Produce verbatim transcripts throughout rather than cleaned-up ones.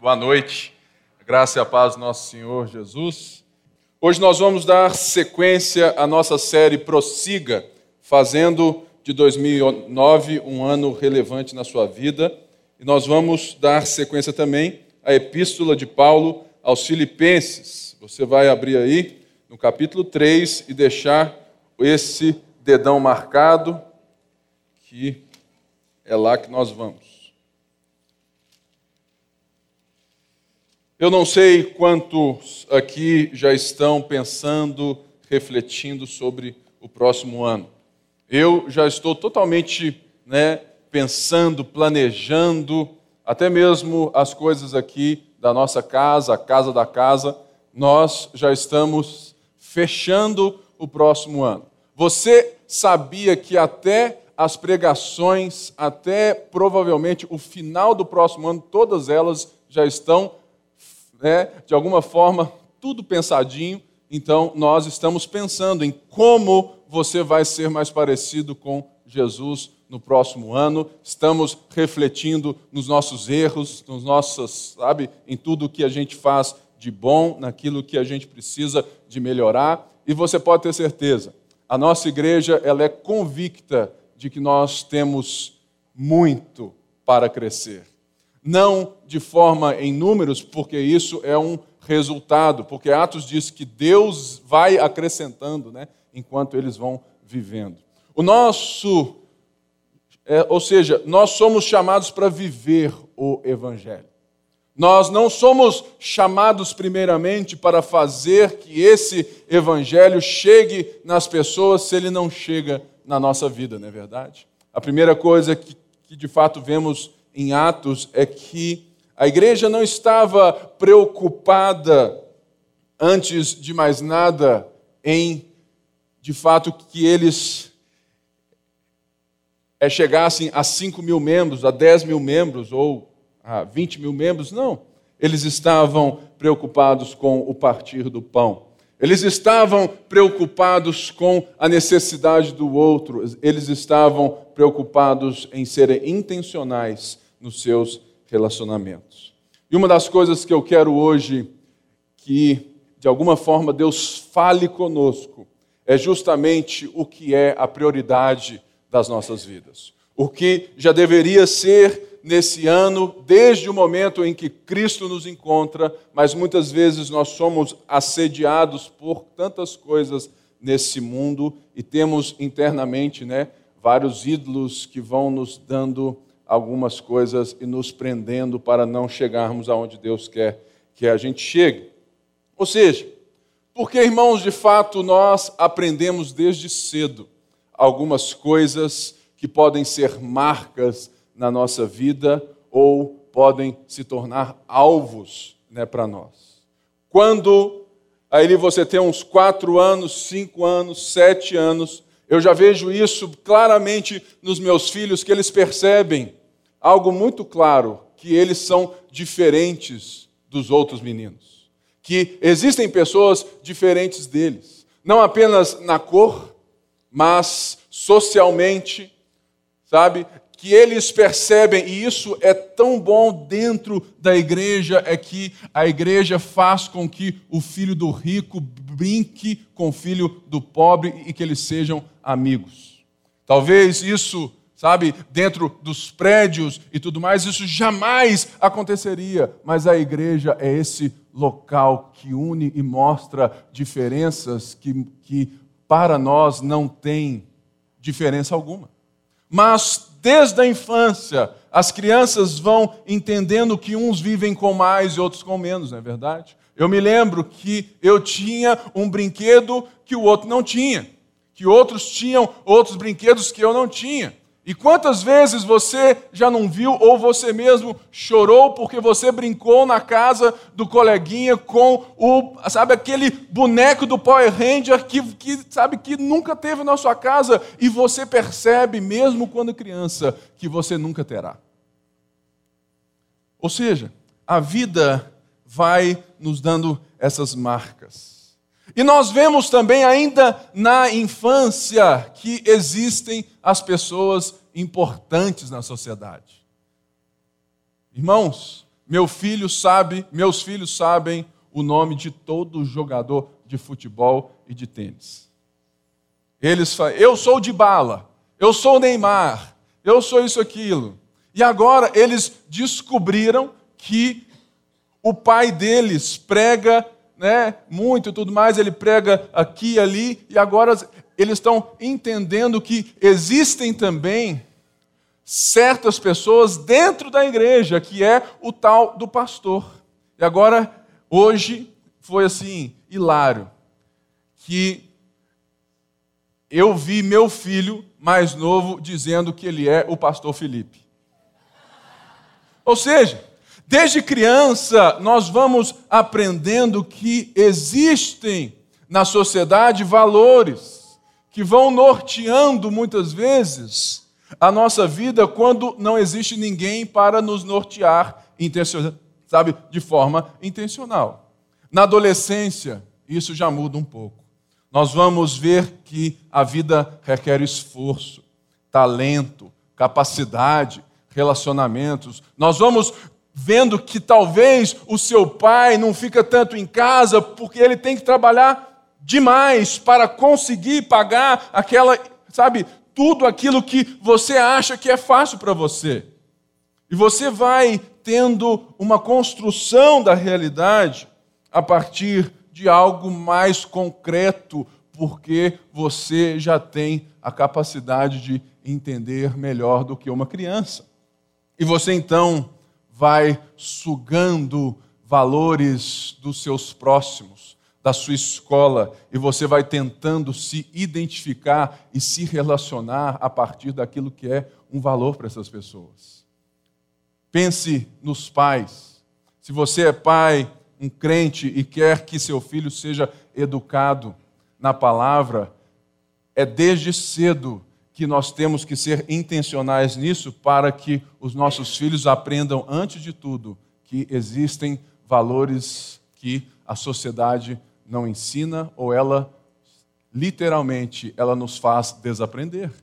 Boa noite. A graça e a paz do nosso Senhor Jesus. Hoje nós vamos dar sequência à nossa série Prossiga, fazendo de dois mil e nove um ano relevante na sua vida. E nós vamos dar sequência também à Epístola de Paulo aos Filipenses. Você vai abrir aí no capítulo três e deixar esse dedão marcado, que é lá que nós vamos. Eu não sei quantos aqui já estão pensando, refletindo sobre o próximo ano. Eu já estou totalmente, né, pensando, planejando, até mesmo as coisas aqui da nossa casa, a casa da casa, nós já estamos fechando o próximo ano. Você sabia que até as pregações, até provavelmente o final do próximo ano, todas elas já estão, né, de alguma forma, tudo pensadinho. Então, nós estamos pensando em como você vai ser mais parecido com Jesus no próximo ano. Estamos refletindo nos nossos erros, nos nossos, sabe, em tudo que a gente faz de bom, naquilo que a gente precisa de melhorar. E você pode ter certeza, a nossa igreja, ela é convicta de que nós temos muito para crescer. Não de forma em números, porque isso é um resultado, porque Atos diz que Deus vai acrescentando, né, enquanto eles vão vivendo. O nosso, é, ou seja, nós somos chamados para viver o Evangelho. Nós não somos chamados primeiramente para fazer que esse Evangelho chegue nas pessoas se ele não chega na nossa vida, não é verdade? A primeira coisa que, que de fato vemos em Atos é que a igreja não estava preocupada, antes de mais nada, em, de fato, que eles é, chegassem a cinco mil membros, a dez mil membros ou a vinte mil membros. Não. Eles estavam preocupados com o partir do pão. Eles estavam preocupados com a necessidade do outro. Eles estavam preocupados em serem intencionais nos seus relacionamentos. E uma das coisas que eu quero hoje que, de alguma forma, Deus fale conosco é justamente o que é a prioridade das nossas vidas. O que já deveria ser nesse ano, desde o momento em que Cristo nos encontra, mas muitas vezes nós somos assediados por tantas coisas nesse mundo e temos internamente, né, vários ídolos que vão nos dando algumas coisas e nos prendendo para não chegarmos aonde Deus quer que a gente chegue. Ou seja, porque, irmãos, de fato, nós aprendemos desde cedo algumas coisas que podem ser marcas na nossa vida ou podem se tornar alvos, né, para nós. Quando aí você tem uns quatro anos, cinco anos, sete anos, eu já vejo isso claramente nos meus filhos, que eles percebem algo muito claro, que eles são diferentes dos outros meninos. Que existem pessoas diferentes deles. Não apenas na cor, mas socialmente, sabe? Que eles percebem, e isso é tão bom dentro da igreja, é que a igreja faz com que o filho do rico brinque com o filho do pobre e que eles sejam amigos. Talvez isso, sabe, dentro dos prédios e tudo mais, isso jamais aconteceria, mas a igreja é esse local que une e mostra diferenças que, que para nós não tem diferença alguma. Mas desde a infância, as crianças vão entendendo que uns vivem com mais e outros com menos, não é verdade? Eu me lembro que eu tinha um brinquedo que o outro não tinha, que outros tinham outros brinquedos que eu não tinha. E quantas vezes você já não viu, ou você mesmo chorou porque você brincou na casa do coleguinha com o, sabe, aquele boneco do Power Ranger que, que, sabe, que nunca teve na sua casa e você percebe, mesmo quando criança, que você nunca terá. Ou seja, a vida vai nos dando essas marcas. E nós vemos também ainda na infância que existem as pessoas importantes na sociedade. Irmãos, Meu filho sabe, meus filhos sabem o nome de todo jogador de futebol e de tênis. Eles falam, eu sou o Dybala, eu sou o Neymar, eu sou isso, aquilo. E agora eles descobriram que o pai deles prega, né, muito e tudo mais, ele prega aqui e ali, e agora eles estão entendendo que existem também certas pessoas dentro da igreja, que é o tal do pastor. E agora, hoje, foi assim, hilário, que eu vi meu filho mais novo dizendo que ele é o pastor Felipe. Ou seja, desde criança nós vamos aprendendo que existem na sociedade valores que vão norteando muitas vezes a nossa vida quando não existe ninguém para nos nortear, sabe, de forma intencional. Na adolescência, isso já muda um pouco. Nós vamos ver que a vida requer esforço, talento, capacidade, relacionamentos. Nós vamos vendo que talvez o seu pai não fica tanto em casa porque ele tem que trabalhar demais para conseguir pagar aquela, sabe, tudo aquilo que você acha que é fácil para você. E você vai tendo uma construção da realidade a partir de algo mais concreto, porque você já tem a capacidade de entender melhor do que uma criança. E você então vai sugando valores dos seus próximos, da sua escola, e você vai tentando se identificar e se relacionar a partir daquilo que é um valor para essas pessoas. Pense nos pais. Se você é pai, um crente, e quer que seu filho seja educado na palavra, é desde cedo que nós temos que ser intencionais nisso para que os nossos filhos aprendam, antes de tudo, que existem valores que a sociedade não ensina ou ela, literalmente, ela nos faz desaprender.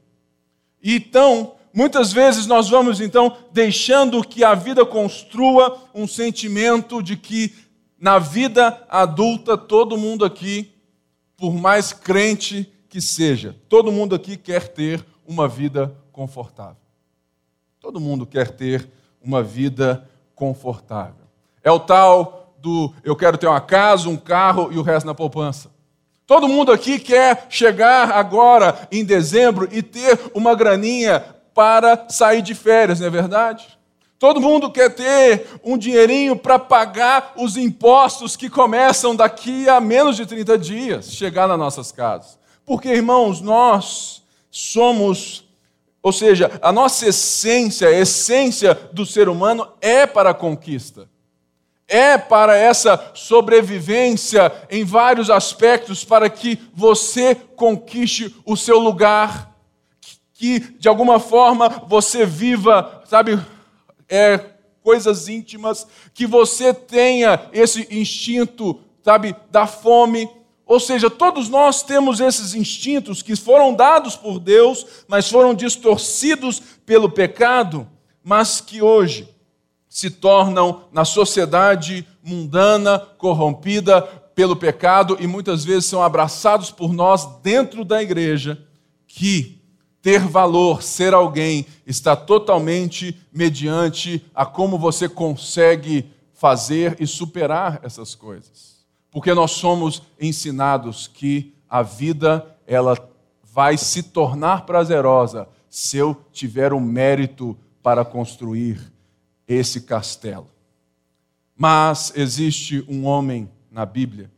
Então, muitas vezes nós vamos, então, deixando que a vida construa um sentimento de que na vida adulta, todo mundo aqui, por mais crente que seja, todo mundo aqui quer ter uma vida confortável. Todo mundo quer ter uma vida confortável. É o tal do eu quero ter uma casa, um carro e o resto na poupança. Todo mundo aqui quer chegar agora em dezembro e ter uma graninha para sair de férias, não é verdade? Todo mundo quer ter um dinheirinho para pagar os impostos que começam daqui a menos de trinta dias, chegar nas nossas casas. Porque, irmãos, nós somos, ou seja, a nossa essência, a essência do ser humano é para a conquista. É para essa sobrevivência em vários aspectos, para que você conquiste o seu lugar, que de alguma forma você viva, sabe, É, coisas íntimas, que você tenha esse instinto, sabe, da fome. Ou seja, todos nós temos esses instintos que foram dados por Deus, mas foram distorcidos pelo pecado, mas que hoje se tornam na sociedade mundana, corrompida pelo pecado, e muitas vezes são abraçados por nós dentro da igreja, que ter valor, ser alguém, está totalmente mediante a como você consegue fazer e superar essas coisas. Porque nós somos ensinados que a vida, ela vai se tornar prazerosa se eu tiver o mérito para construir esse castelo. Mas existe um homem na Bíblia,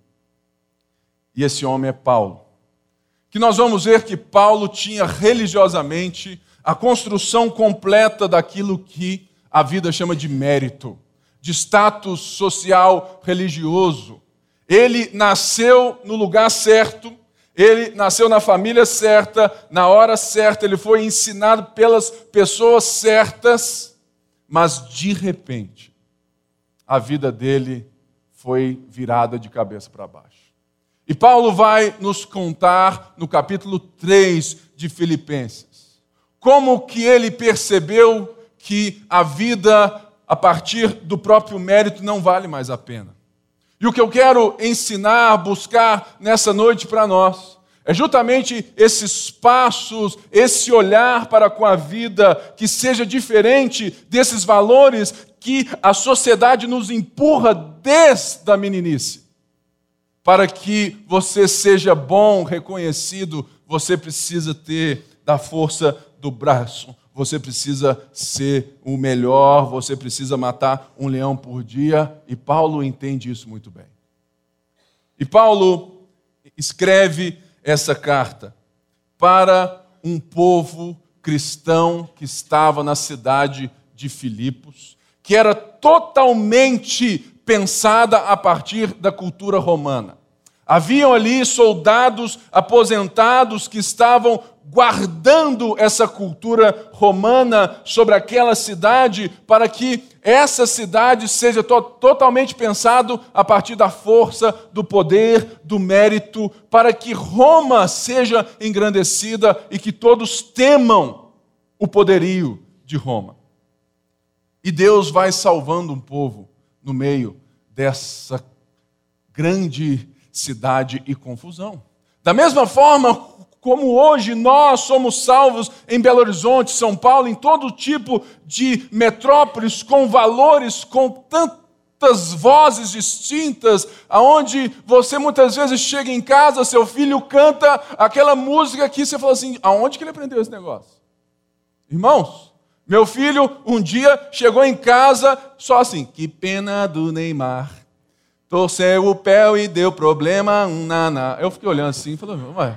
e esse homem é Paulo. Que nós vamos ver que Paulo tinha religiosamente a construção completa daquilo que a vida chama de mérito, de status social religioso. Ele nasceu no lugar certo, ele nasceu na família certa, na hora certa, ele foi ensinado pelas pessoas certas, mas de repente a vida dele foi virada de cabeça para baixo. E Paulo vai nos contar no capítulo três de Filipenses como que ele percebeu que a vida a partir do próprio mérito não vale mais a pena. E o que eu quero ensinar, buscar nessa noite para nós, é justamente esses passos, esse olhar para com a vida que seja diferente desses valores que a sociedade nos empurra desde a meninice. Para que você seja bom, reconhecido, você precisa ter da força do braço. Você precisa ser o melhor, você precisa matar um leão por dia. E Paulo entende isso muito bem. E Paulo escreve essa carta para um povo cristão que estava na cidade de Filipos, que era totalmente pensada a partir da cultura romana. Haviam ali soldados aposentados que estavam guardando essa cultura romana sobre aquela cidade para que essa cidade seja to- totalmente pensado a partir da força, do poder, do mérito, para que Roma seja engrandecida e que todos temam o poderio de Roma. E Deus vai salvando um povo no meio dessa grande cidade e confusão. Da mesma forma como hoje nós somos salvos em Belo Horizonte, São Paulo, em todo tipo de metrópoles com valores, com tantas vozes distintas, aonde você muitas vezes chega em casa, seu filho canta aquela música que você fala assim, aonde que ele aprendeu esse negócio? Irmãos, meu filho um dia chegou em casa só assim, que pena do Neymar. Torceu o pé e deu problema, um naná. Eu fiquei olhando assim e falei, ué.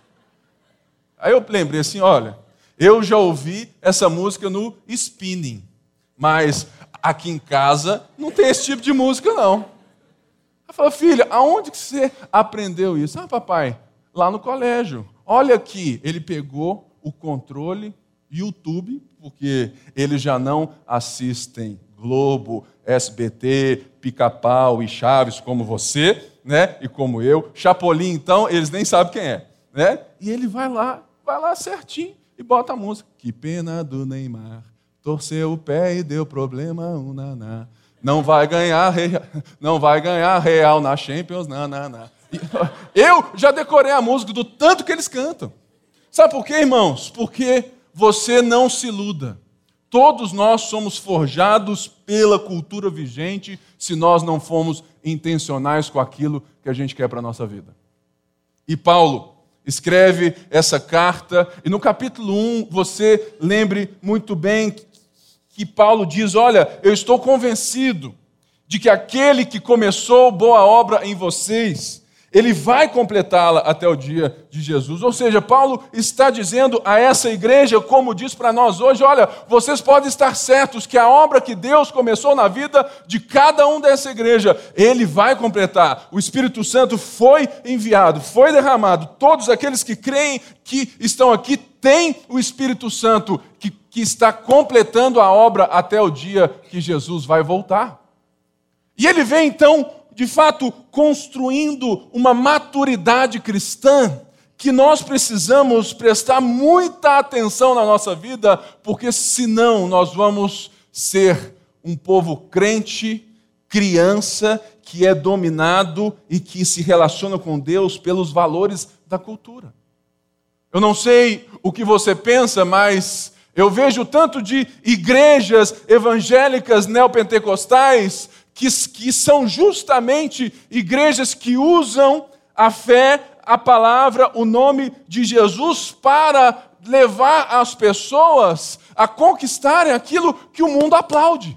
Aí eu lembrei assim, olha, eu já ouvi essa música no spinning, mas aqui em casa não tem esse tipo de música, não. Eu falei, filha, aonde que você aprendeu isso? Ah, papai, lá no colégio. Olha aqui, ele pegou o controle YouTube, porque eles já não assistem Globo, S B T, Pica-Pau e Chaves como você, né? E como eu. Chapolin, então, eles nem sabem quem é, né? E ele vai lá, vai lá certinho e bota a música. Que pena do Neymar, torceu o pé e deu problema, um naná. Não vai ganhar real, não vai ganhar real na Champions, naná. Eu já decorei a música do tanto que eles cantam. Sabe por quê, irmãos? Porque você não se iluda. Todos nós somos forjados pela cultura vigente se nós não formos intencionais com aquilo que a gente quer para a nossa vida. E Paulo escreve essa carta, e no capítulo um, você lembre muito bem que Paulo diz, olha, eu estou convencido de que aquele que começou boa obra em vocês, ele vai completá-la até o dia de Jesus. Ou seja, Paulo está dizendo a essa igreja, como diz para nós hoje, olha, vocês podem estar certos que a obra que Deus começou na vida de cada um dessa igreja, Ele vai completar. O Espírito Santo foi enviado, foi derramado. Todos aqueles que creem que estão aqui têm o Espírito Santo que, que está completando a obra até o dia que Jesus vai voltar. E ele vem então de fato, construindo uma maturidade cristã que nós precisamos prestar muita atenção na nossa vida, porque senão nós vamos ser um povo crente, criança, que é dominado e que se relaciona com Deus pelos valores da cultura. Eu não sei o que você pensa, mas eu vejo tanto de igrejas evangélicas neopentecostais Que, que são justamente igrejas que usam a fé, a palavra, o nome de Jesus para levar as pessoas a conquistarem aquilo que o mundo aplaude.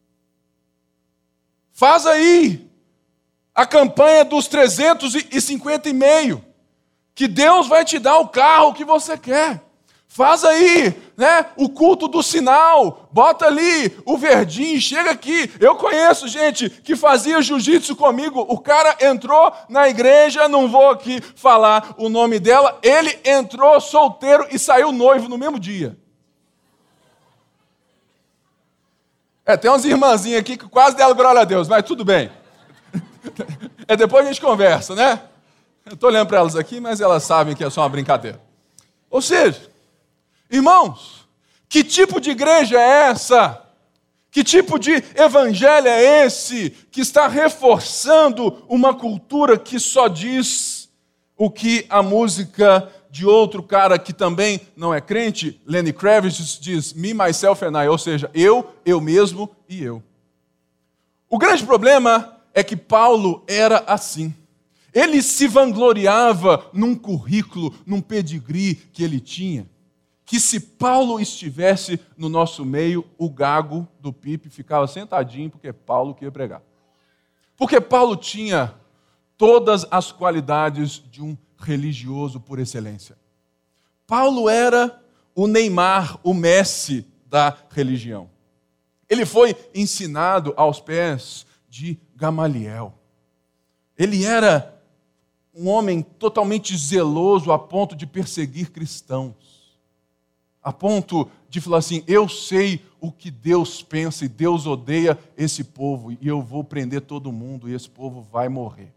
Faz aí a campanha dos trezentos e cinquenta e meio, que Deus vai te dar o carro que você quer. Faz aí, né, o culto do sinal, bota ali o verdinho, chega aqui. Eu conheço gente que fazia jiu-jitsu comigo, o cara entrou na igreja, não vou aqui falar o nome dela, ele entrou solteiro e saiu noivo no mesmo dia. É, tem umas irmãzinhas aqui que quase deram glória a Deus, mas tudo bem. É, depois a gente conversa, né? Eu estou olhando para elas aqui, mas elas sabem que é só uma brincadeira. Ou seja, irmãos, que tipo de igreja é essa Que tipo de evangelho é esse que está reforçando uma cultura que só diz o que a música de outro cara que também não é crente, Lenny Kravitz, diz me, myself and I, ou seja, eu, eu mesmo e eu. O grande problema é que Paulo era assim. Ele se vangloriava num currículo, num pedigree que ele tinha, que se Paulo estivesse no nosso meio, o gago do Pipe ficava sentadinho porque Paulo queria pregar. Porque Paulo tinha todas as qualidades de um religioso por excelência. Paulo era o Neymar, o Messi da religião. Ele foi ensinado aos pés de Gamaliel. Ele era um homem totalmente zeloso a ponto de perseguir cristãos. A ponto de falar assim, eu sei o que Deus pensa e Deus odeia esse povo e eu vou prender todo mundo e esse povo vai morrer.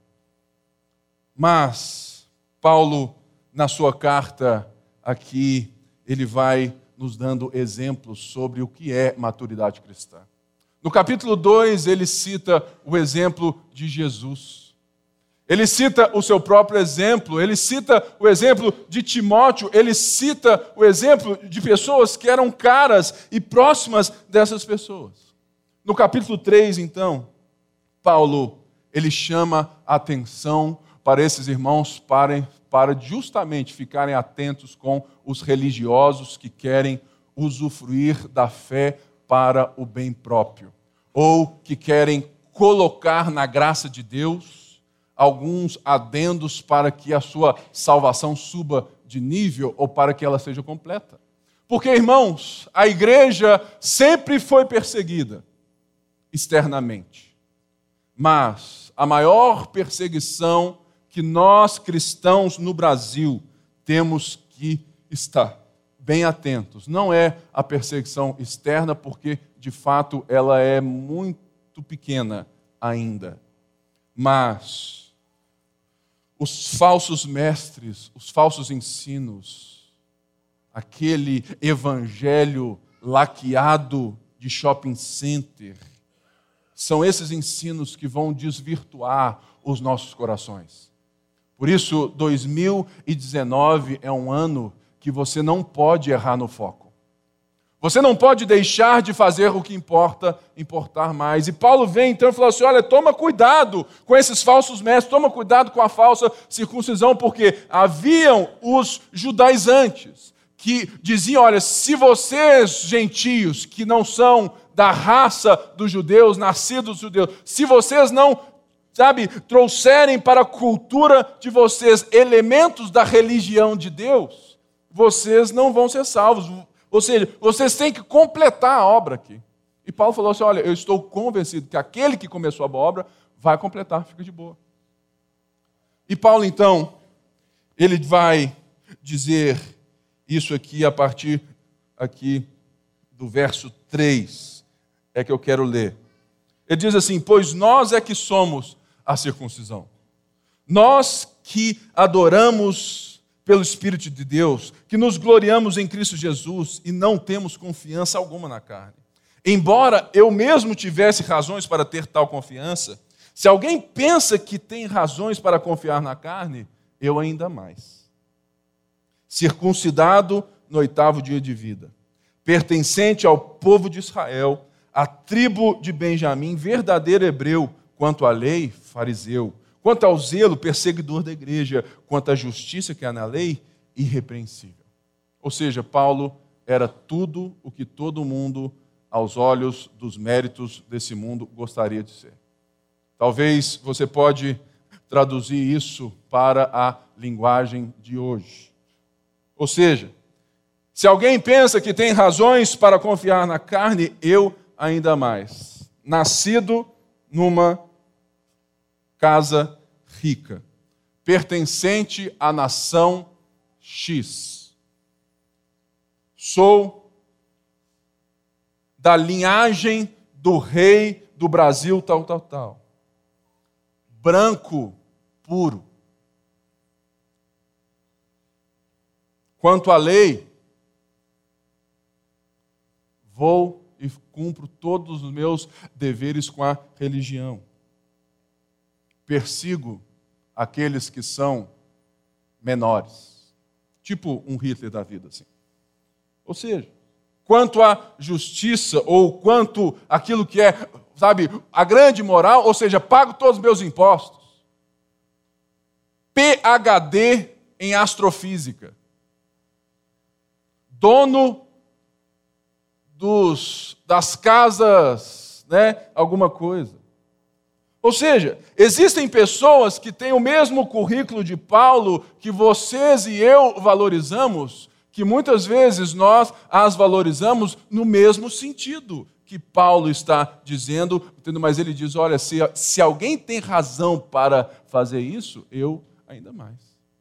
Mas Paulo, na sua carta aqui, ele vai nos dando exemplos sobre o que é maturidade cristã. No capítulo dois, ele cita o exemplo de Jesus. Ele cita o seu próprio exemplo, ele cita o exemplo de Timóteo, ele cita o exemplo de pessoas que eram caras e próximas dessas pessoas. No capítulo três, então, Paulo, ele chama a atenção para esses irmãos para, para justamente ficarem atentos com os religiosos que querem usufruir da fé para o bem próprio, ou que querem colocar na graça de Deus alguns adendos para que a sua salvação suba de nível ou para que ela seja completa. Porque, irmãos, a igreja sempre foi perseguida externamente. Mas a maior perseguição que nós cristãos no Brasil temos que estar bem atentos não é a perseguição externa, porque de fato ela é muito pequena ainda. Mas os falsos mestres, os falsos ensinos, aquele evangelho laqueado de shopping center, são esses ensinos que vão desvirtuar os nossos corações. Por isso, dois mil e dezenove é um ano que você não pode errar no foco. Você não pode deixar de fazer o que importa, importar mais. E Paulo vem então e fala assim, olha, toma cuidado com esses falsos mestres, toma cuidado com a falsa circuncisão, porque haviam os judaizantes que diziam, olha, se vocês, gentios, que não são da raça dos judeus, nascidos judeus, se vocês não, sabe, trouxerem para a cultura de vocês elementos da religião de Deus, vocês não vão ser salvos. Ou seja, vocês têm que completar a obra aqui. E Paulo falou assim, olha, eu estou convencido que aquele que começou a obra vai completar, fica de boa. E Paulo, então, ele vai dizer isso aqui a partir aqui do verso três, é que eu quero ler. Ele diz assim, pois nós é que somos a circuncisão. Nós que adoramos pelo Espírito de Deus, que nos gloriamos em Cristo Jesus e não temos confiança alguma na carne. Embora eu mesmo tivesse razões para ter tal confiança, se alguém pensa que tem razões para confiar na carne, eu ainda mais. Circuncidado no oitavo dia de vida, pertencente ao povo de Israel, a tribo de Benjamim, verdadeiro hebreu, quanto à lei, fariseu, quanto ao zelo, perseguidor da igreja, quanto à justiça que há na lei, irrepreensível. Ou seja, Paulo era tudo o que todo mundo, aos olhos dos méritos desse mundo, gostaria de ser. Talvez você pode traduzir isso para a linguagem de hoje. Ou seja, se alguém pensa que tem razões para confiar na carne, eu ainda mais. Nascido numa casa rica, pertencente à nação X. Sou da linhagem do rei do Brasil, tal, tal, tal. Branco, puro. Quanto à lei, vou e cumpro todos os meus deveres com a religião. Persigo aqueles que são menores, tipo um Hitler da vida, assim. Ou seja, quanto à justiça, ou quanto aquilo que é, sabe, a grande moral, ou seja, pago todos os meus impostos. P H D em astrofísica. Dono dos, das casas, né, alguma coisa. Ou seja, existem pessoas que têm o mesmo currículo de Paulo que vocês e eu valorizamos, que muitas vezes nós as valorizamos no mesmo sentido que Paulo está dizendo, mas ele diz, olha, se, se alguém tem razão para fazer isso, eu ainda mais.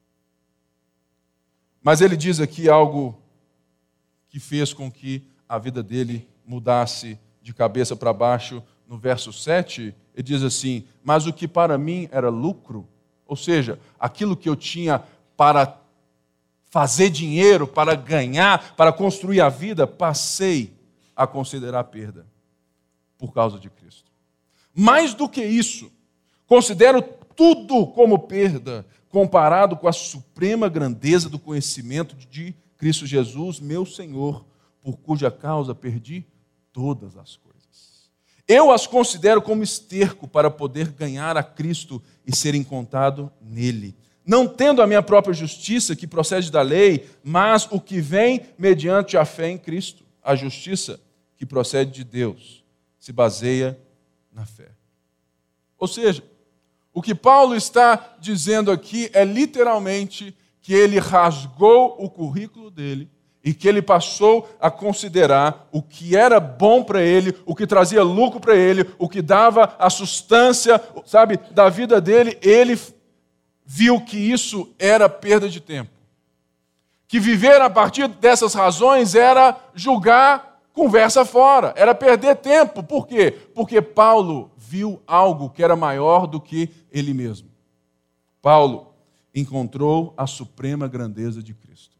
Mas ele diz aqui algo que fez com que a vida dele mudasse de cabeça para baixo. No verso sete, ele diz assim, mas o que para mim era lucro, ou seja, aquilo que eu tinha para fazer dinheiro, para ganhar, para construir a vida, passei a considerar perda por causa de Cristo. Mais do que isso, considero tudo como perda, comparado com a suprema grandeza do conhecimento de Cristo Jesus, meu Senhor, por cuja causa perdi todas as coisas. Eu as considero como esterco para poder ganhar a Cristo e ser encontrado nele. Não tendo a minha própria justiça, que procede da lei, mas o que vem mediante a fé em Cristo. A justiça que procede de Deus se baseia na fé. Ou seja, o que Paulo está dizendo aqui é literalmente que ele rasgou o currículo dele e que ele passou a considerar o que era bom para ele, o que trazia lucro para ele, o que dava a sustância, sabe, da vida dele, ele viu que isso era perda de tempo. Que viver a partir dessas razões era julgar conversa fora, era perder tempo. Por quê? Porque Paulo viu algo que era maior do que ele mesmo. Paulo encontrou a suprema grandeza de Cristo.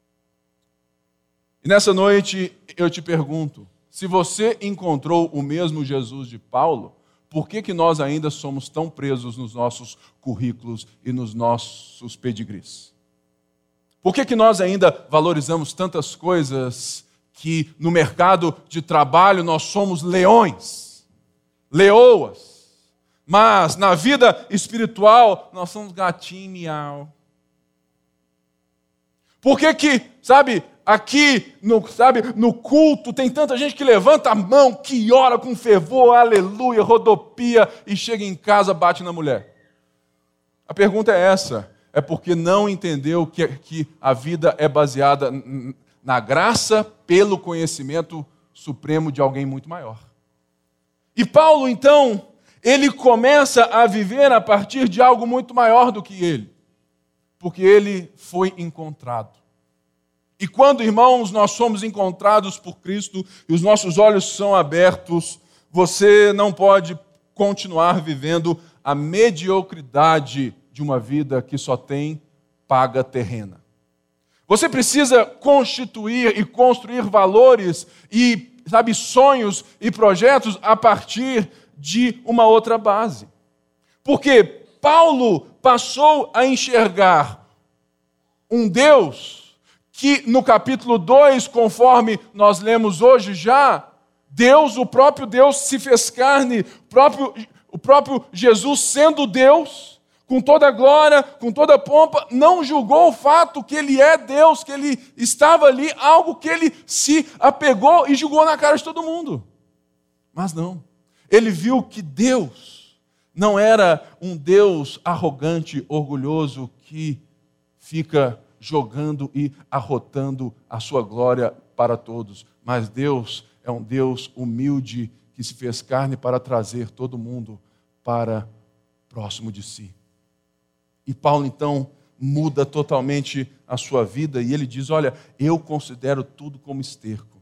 E nessa noite eu te pergunto, se você encontrou o mesmo Jesus de Paulo, por que que nós ainda somos tão presos nos nossos currículos e nos nossos pedigrees? Por que que nós ainda valorizamos tantas coisas que no mercado de trabalho nós somos leões, leoas, mas na vida espiritual nós somos gatinho miau? Por que que, sabe, aqui no, sabe, no culto tem tanta gente que levanta a mão, que ora com fervor, aleluia, rodopia, e chega em casa, bate na mulher? A pergunta é essa, é porque não entendeu que, que a vida é baseada na graça pelo conhecimento supremo de alguém muito maior. E Paulo, então, ele começa a viver a partir de algo muito maior do que ele, porque ele foi encontrado. E quando, irmãos, nós somos encontrados por Cristo e os nossos olhos são abertos, você não pode continuar vivendo a mediocridade de uma vida que só tem paga terrena. Você precisa constituir e construir valores e, sabe, sonhos e projetos a partir de uma outra base. Porque Paulo passou a enxergar um Deus que no capítulo dois, conforme nós lemos hoje já, Deus, o próprio Deus se fez carne, o próprio, o próprio Jesus sendo Deus, com toda a glória, com toda a pompa, não julgou o fato que ele é Deus, que ele estava ali, algo que ele se apegou e julgou na cara de todo mundo. Mas não, ele viu que Deus não era um Deus arrogante, orgulhoso, que fica jogando e arrotando a sua glória para todos. Mas Deus é um Deus humilde que se fez carne para trazer todo mundo para próximo de si. E Paulo, então, muda totalmente a sua vida e ele diz, olha, eu considero tudo como esterco.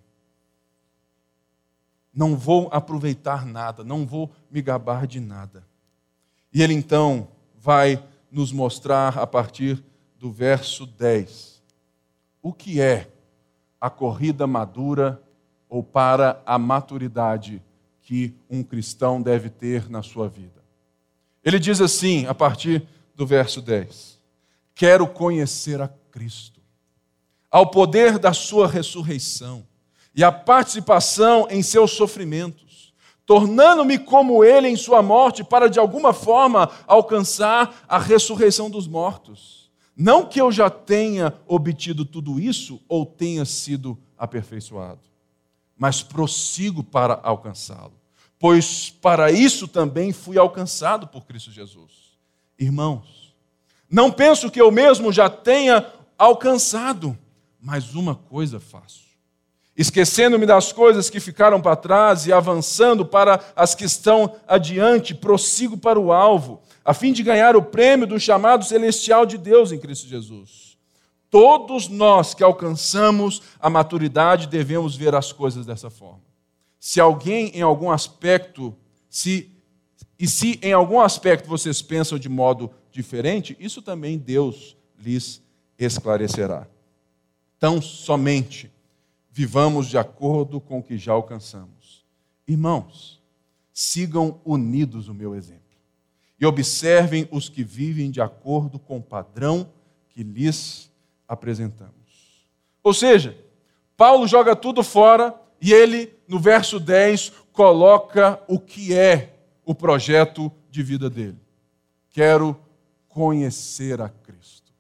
Não vou aproveitar nada, não vou me gabar de nada. E ele, então, vai nos mostrar, a partir do verso dez, o que é a corrida madura ou para a maturidade que um cristão deve ter na sua vida. Ele diz assim, a partir do verso dez: quero conhecer a Cristo, ao poder da sua ressurreição e a participação em seus sofrimentos, tornando-me como ele em sua morte, para de alguma forma alcançar a ressurreição dos mortos. Não que eu já tenha obtido tudo isso ou tenha sido aperfeiçoado, mas prossigo para alcançá-lo, pois para isso também fui alcançado por Cristo Jesus. Irmãos, não penso que eu mesmo já tenha alcançado, mas uma coisa faço: esquecendo-me das coisas que ficaram para trás e avançando para as que estão adiante, prossigo para o alvo, a fim de ganhar o prêmio do chamado celestial de Deus em Cristo Jesus. Todos nós que alcançamos a maturidade devemos ver as coisas dessa forma. Se alguém em algum aspecto, se, e se em algum aspecto vocês pensam de modo diferente, isso também Deus lhes esclarecerá. Então, somente vivamos de acordo com o que já alcançamos. Irmãos, sigam unidos o meu exemplo e observem os que vivem de acordo com o padrão que lhes apresentamos. Ou seja, Paulo joga tudo fora e ele, no verso dez, coloca o que é o projeto de vida dele. Quero conhecer a Cristo.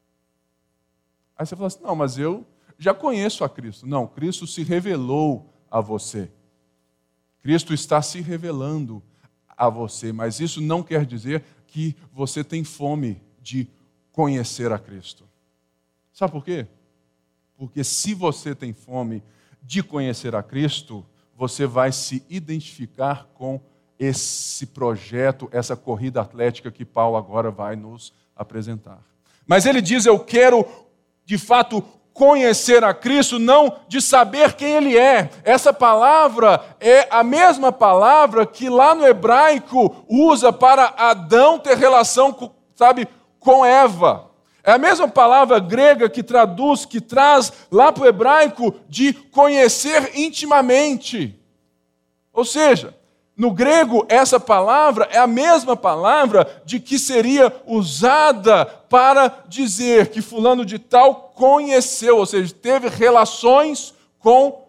Aí você fala assim, não, mas eu já conheço a Cristo. Não, Cristo se revelou a você. Cristo está se revelando a você, mas isso não quer dizer que você tem fome de conhecer a Cristo. Sabe por quê? Porque se você tem fome de conhecer a Cristo, você vai se identificar com esse projeto, essa corrida atlética que Paulo agora vai nos apresentar. Mas ele diz, eu quero, de fato, conhecer a Cristo, não de saber quem Ele é. Essa palavra é a mesma palavra que lá no hebraico usa para Adão ter relação, com, sabe, com Eva. É a mesma palavra grega que traduz, que traz lá para o hebraico de conhecer intimamente. Ou seja, no grego, essa palavra é a mesma palavra de que seria usada para dizer que fulano de tal conheceu, ou seja, teve relações com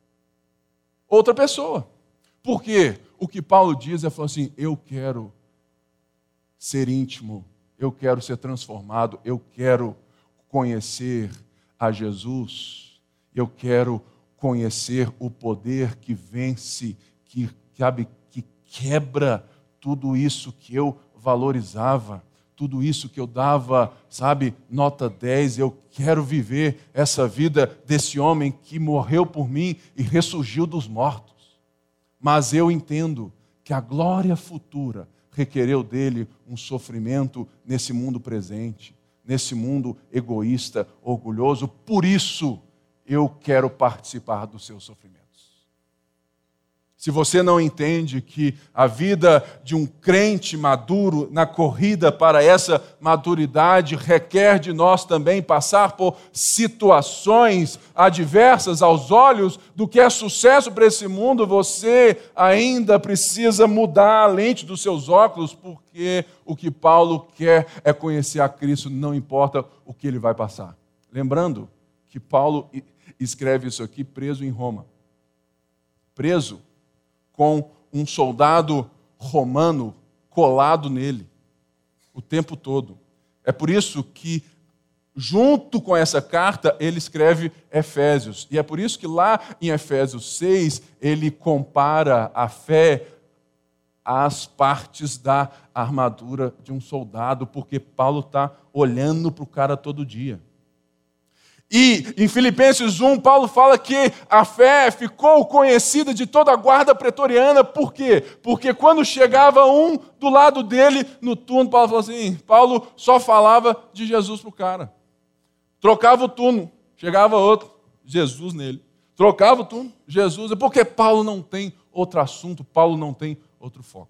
outra pessoa. Por quê? O que Paulo diz é falar assim, eu quero ser íntimo, eu quero ser transformado, eu quero conhecer a Jesus, eu quero conhecer o poder que vence, que cabe que quebra tudo isso que eu valorizava, tudo isso que eu dava, sabe, nota dez, eu quero viver essa vida desse homem que morreu por mim e ressurgiu dos mortos. Mas eu entendo que a glória futura requereu dele um sofrimento nesse mundo presente, nesse mundo egoísta, orgulhoso, por isso eu quero participar dos seus sofrimentos. Se você não entende que a vida de um crente maduro na corrida para essa maturidade requer de nós também passar por situações adversas aos olhos do que é sucesso para esse mundo, você ainda precisa mudar a lente dos seus óculos, porque o que Paulo quer é conhecer a Cristo, não importa o que ele vai passar. Lembrando que Paulo escreve isso aqui preso em Roma. Preso com um soldado romano colado nele o tempo todo. É por isso que, junto com essa carta, ele escreve Efésios. E é por isso que lá em Efésios seis, ele compara a fé às partes da armadura de um soldado, porque Paulo está olhando para o cara todo dia. E em Filipenses um, Paulo fala que a fé ficou conhecida de toda a guarda pretoriana. Por quê? Porque quando chegava um do lado dele no turno, Paulo falou assim, Paulo só falava de Jesus para o cara. Trocava o turno, chegava outro, Jesus nele. Trocava o turno, Jesus. É porque Paulo não tem outro assunto, Paulo não tem outro foco.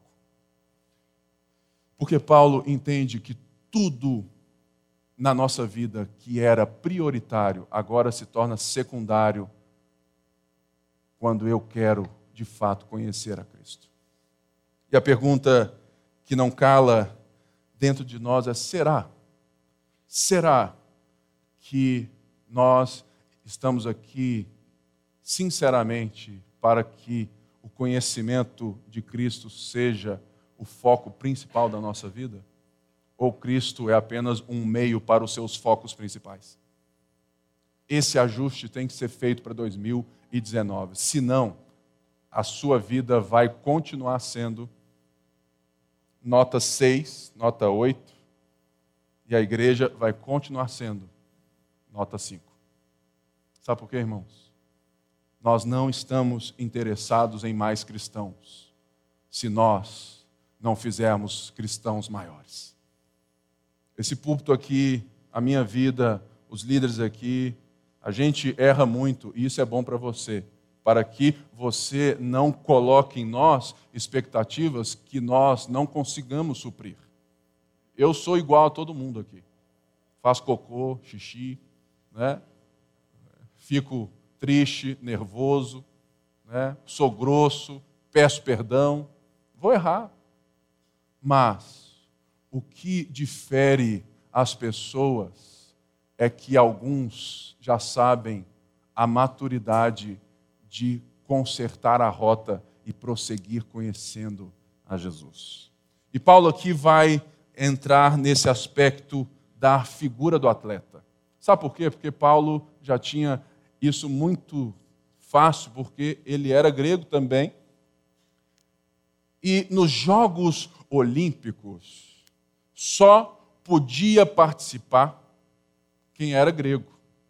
Porque Paulo entende que tudo na nossa vida que era prioritário, agora se torna secundário quando eu quero, de fato, conhecer a Cristo. E a pergunta que não cala dentro de nós é: será? Será que nós estamos aqui, sinceramente, para que o conhecimento de Cristo seja o foco principal da nossa vida? Ou Cristo é apenas um meio para os seus focos principais? Esse ajuste tem que ser feito para dois mil e dezenove. Senão, a sua vida vai continuar sendo nota seis, nota oito, e a igreja vai continuar sendo nota cinco. Sabe por quê, irmãos? Nós não estamos interessados em mais cristãos, se nós não fizermos cristãos maiores. Esse púlpito aqui, a minha vida, os líderes aqui, a gente erra muito, e isso é bom para você, para que você não coloque em nós expectativas que nós não consigamos suprir. Eu sou igual a todo mundo aqui. Faço cocô, xixi, né? Fico triste, nervoso, né? Sou grosso, peço perdão, vou errar. Mas o que difere as pessoas é que alguns já sabem a maturidade de consertar a rota e prosseguir conhecendo a Jesus. E Paulo aqui vai entrar nesse aspecto da figura do atleta. Sabe por quê? Porque Paulo já tinha isso muito fácil, porque ele era grego também. E nos Jogos Olímpicos só podia participar quem era grego.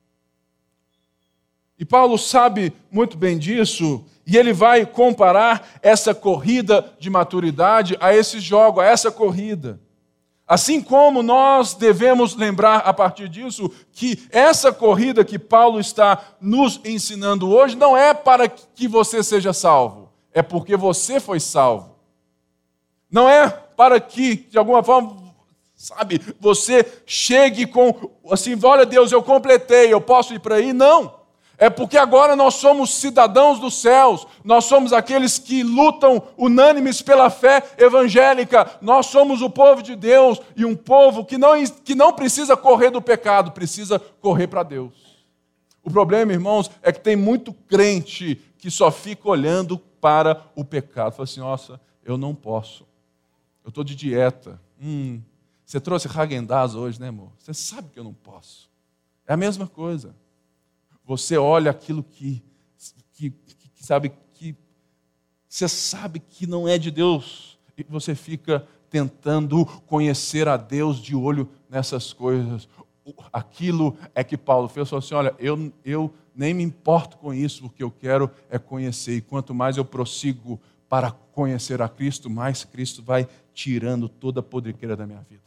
E Paulo sabe muito bem disso, e ele vai comparar essa corrida de maturidade a esse jogo, a essa corrida. Assim como nós devemos lembrar a partir disso que essa corrida que Paulo está nos ensinando hoje não é para que você seja salvo, é porque você foi salvo. Não é para que, de alguma forma, sabe, você chegue com, assim, olha Deus, eu completei, eu posso ir para aí. Não. É porque agora nós somos cidadãos dos céus, nós somos aqueles que lutam unânimes pela fé evangélica, nós somos o povo de Deus e um povo que não, que não precisa correr do pecado, precisa correr para Deus. O problema, irmãos, é que tem muito crente que só fica olhando para o pecado. Fala assim: nossa, eu não posso, eu estou de dieta. Hum, você trouxe Häagen-Dazs hoje, né, amor? Você sabe que eu não posso. É a mesma coisa. Você olha aquilo que, que, que, sabe, que você sabe que não é de Deus, e você fica tentando conhecer a Deus de olho nessas coisas. Aquilo é que Paulo fez, falou assim: olha, eu, eu nem me importo com isso, porque eu quero é conhecer, e quanto mais eu prossigo para conhecer a Cristo, mais Cristo vai tirando toda a podrequeira da minha vida.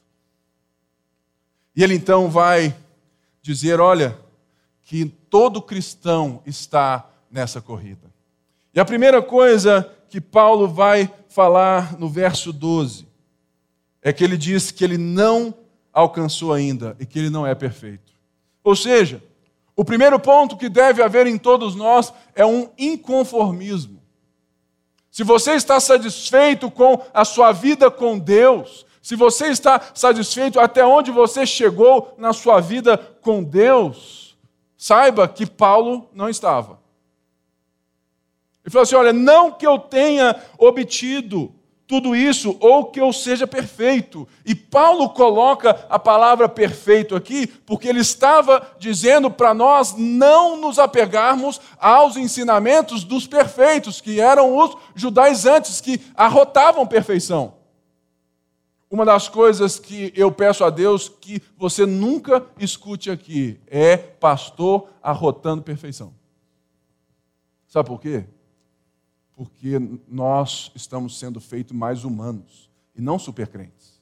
E ele então vai dizer: olha, que todo cristão está nessa corrida. E a primeira coisa que Paulo vai falar no verso doze é que ele diz que ele não alcançou ainda e que ele não é perfeito. Ou seja, o primeiro ponto que deve haver em todos nós é um inconformismo. Se você está satisfeito com a sua vida com Deus, se você está satisfeito até onde você chegou na sua vida com Deus, saiba que Paulo não estava. Ele falou assim: olha, não que eu tenha obtido tudo isso ou que eu seja perfeito. E Paulo coloca a palavra perfeito aqui porque ele estava dizendo para nós não nos apegarmos aos ensinamentos dos perfeitos, que eram os judaizantes, que arrotavam perfeição. Uma das coisas que eu peço a Deus que você nunca escute aqui é pastor arrotando perfeição. Sabe por quê? Porque nós estamos sendo feitos mais humanos e não supercrentes.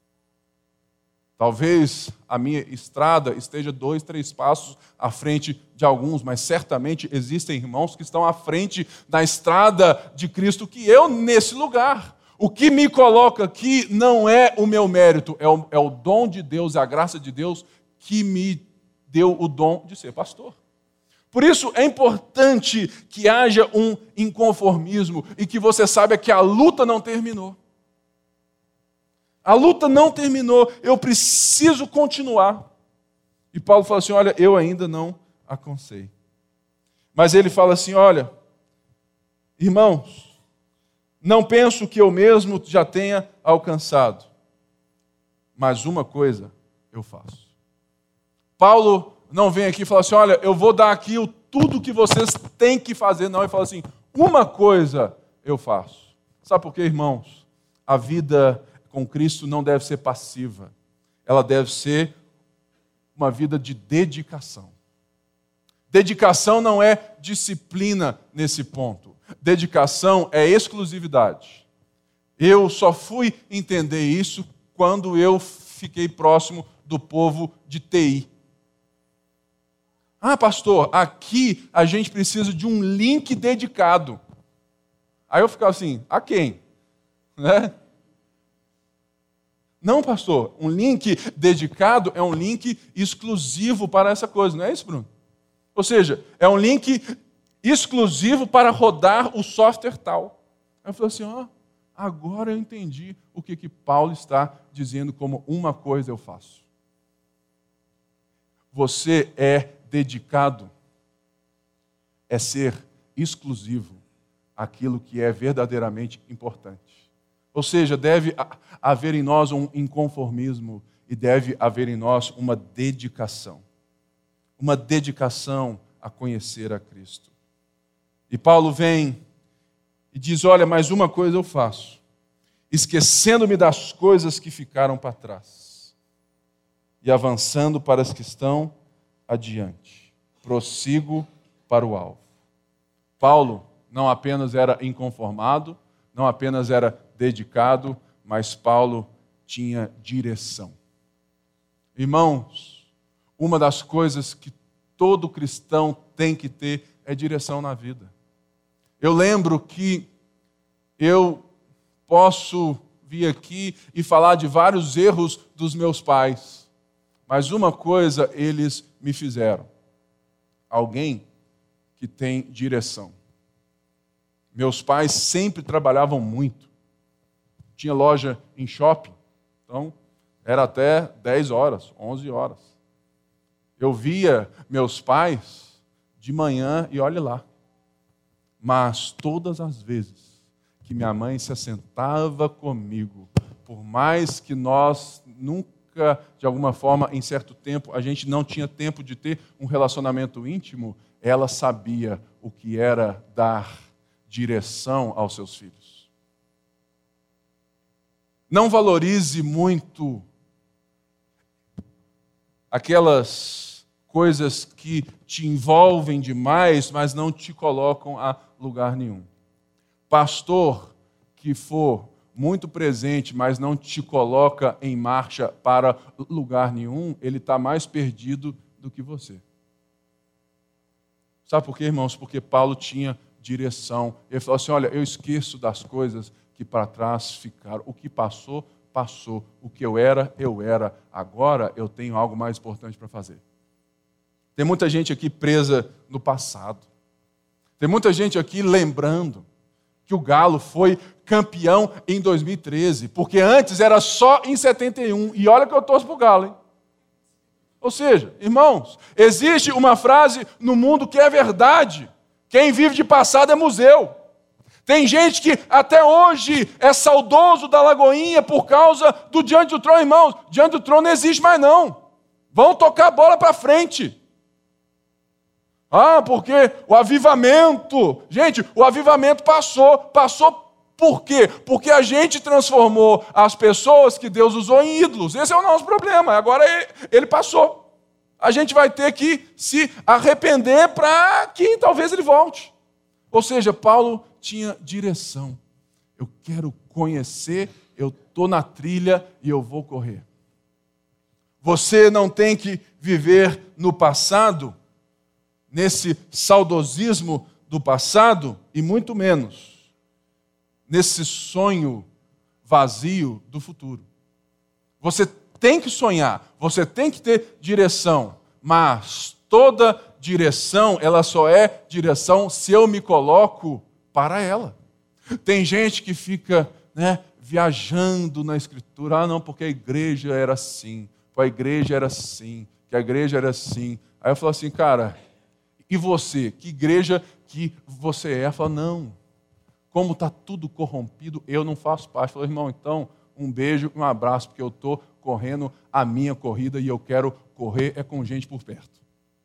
Talvez a minha estrada esteja dois, três passos à frente de alguns, mas certamente existem irmãos que estão à frente da estrada de Cristo que eu nesse lugar. O que me coloca aqui não é o meu mérito, é o, é o dom de Deus, a graça de Deus que me deu o dom de ser pastor. Por isso é importante que haja um inconformismo e que você saiba que a luta não terminou. A luta não terminou, eu preciso continuar. E Paulo fala assim, olha, eu ainda não alcancei. Mas ele fala assim, olha, irmãos, não penso que eu mesmo já tenha alcançado, mas uma coisa eu faço. Paulo não vem aqui e fala assim, olha, eu vou dar aqui o, tudo que vocês têm que fazer. Não, ele fala assim, uma coisa eu faço. Sabe por quê, irmãos? A vida com Cristo não deve ser passiva. Ela deve ser uma vida de dedicação. Dedicação não é disciplina nesse ponto. Dedicação é exclusividade. Eu só fui entender isso quando eu fiquei próximo do povo de T I. Ah, pastor, aqui a gente precisa de um link dedicado. Aí eu ficava assim, a quem? Né? Não, pastor, um link dedicado é um link exclusivo para essa coisa, não é isso, Bruno? Ou seja, é um link exclusivo para rodar o software tal. Aí eu falei assim, ó, agora eu entendi o que, que Paulo está dizendo como uma coisa eu faço. Você é dedicado, é ser exclusivo àquilo que é verdadeiramente importante. Ou seja, deve haver em nós um inconformismo e deve haver em nós uma dedicação. Uma dedicação a conhecer a Cristo. E Paulo vem e diz, olha, mais uma coisa eu faço, esquecendo-me das coisas que ficaram para trás e avançando para as que estão adiante. Prossigo para o alvo. Paulo não apenas era inconformado, não apenas era dedicado, mas Paulo tinha direção. Irmãos, uma das coisas que todo cristão tem que ter é direção na vida. Eu lembro que eu posso vir aqui e falar de vários erros dos meus pais, mas uma coisa eles me fizeram. Alguém que tem direção. Meus pais sempre trabalhavam muito. Tinha loja em shopping, então era até dez horas, onze horas. Eu via meus pais de manhã e olhe lá. Mas todas as vezes que minha mãe se assentava comigo, por mais que nós nunca, de alguma forma, em certo tempo, a gente não tinha tempo de ter um relacionamento íntimo, ela sabia o que era dar direção aos seus filhos. Não valorize muito aquelas coisas que te envolvem demais, mas não te colocam a lugar nenhum. Pastor que for muito presente, mas não te coloca em marcha para lugar nenhum, ele está mais perdido do que você. Sabe por quê, irmãos? Porque Paulo tinha direção. Ele falou assim, olha, eu esqueço das coisas que para trás ficaram. O que passou, passou. O que eu era, eu era. Agora eu tenho algo mais importante para fazer. Tem muita gente aqui presa no passado. Tem muita gente aqui lembrando que o Galo foi campeão em dois mil e treze, porque antes era só em setenta e um. E olha que eu torço para o Galo, hein? Ou seja, irmãos, existe uma frase no mundo que é verdade. Quem vive de passado é museu. Tem gente que até hoje é saudoso da Lagoinha por causa do Diante do Trono, irmãos. Diante do Trono não existe mais não. Vão tocar a bola para frente. Ah, porque o avivamento... Gente, o avivamento passou. Passou por quê? Porque a gente transformou as pessoas que Deus usou em ídolos. Esse é o nosso problema. Agora ele passou. A gente vai ter que se arrepender para que talvez ele volte. Ou seja, Paulo tinha direção. Eu quero conhecer, eu estou na trilha e eu vou correr. Você não tem que viver no passado, nesse saudosismo do passado, e muito menos nesse sonho vazio do futuro. Você tem que sonhar, você tem que ter direção, mas toda direção, ela só é direção se eu me coloco para ela. Tem gente que fica, né, viajando na Escritura. Ah, não, porque a igreja era assim, a igreja era assim, que a igreja era assim. Aí eu falo assim, cara, e você? Que igreja que você é? Eu falo, não, como está tudo corrompido, eu não faço parte. Eu falo, irmão, então, um beijo e um abraço, porque eu estou correndo a minha corrida e eu quero correr é com gente por perto.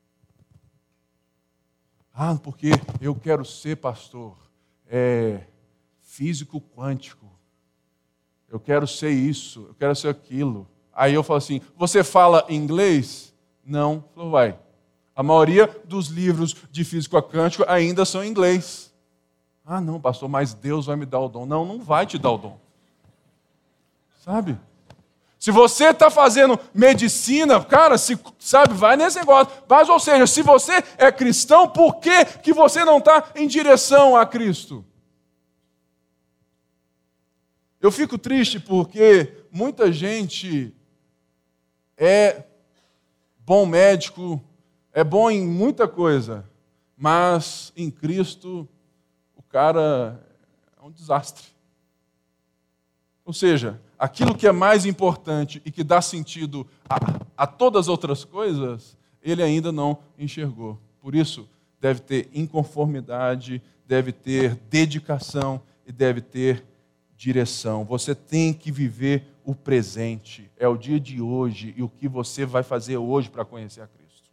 Ah, porque eu quero ser, pastor, é, físico quântico. Eu quero ser isso, eu quero ser aquilo. Aí eu falo assim, você fala inglês? Não. Falou, vai. A maioria dos livros de físico quântico ainda são em inglês. Ah, não, pastor, mas Deus vai me dar o dom. Não, não vai te dar o dom. Sabe? Se você está fazendo medicina, cara, se, sabe, vai nesse negócio. Mas, ou seja, se você é cristão, por que, que você não está em direção a Cristo? Eu fico triste porque muita gente é bom médico, é bom em muita coisa, mas em Cristo o cara é um desastre. Ou seja, aquilo que é mais importante e que dá sentido a, a todas as outras coisas, ele ainda não enxergou. Por isso, deve ter inconformidade, deve ter dedicação e deve ter direção. Você tem que viver o presente. É o dia de hoje e o que você vai fazer hoje para conhecer a Cristo.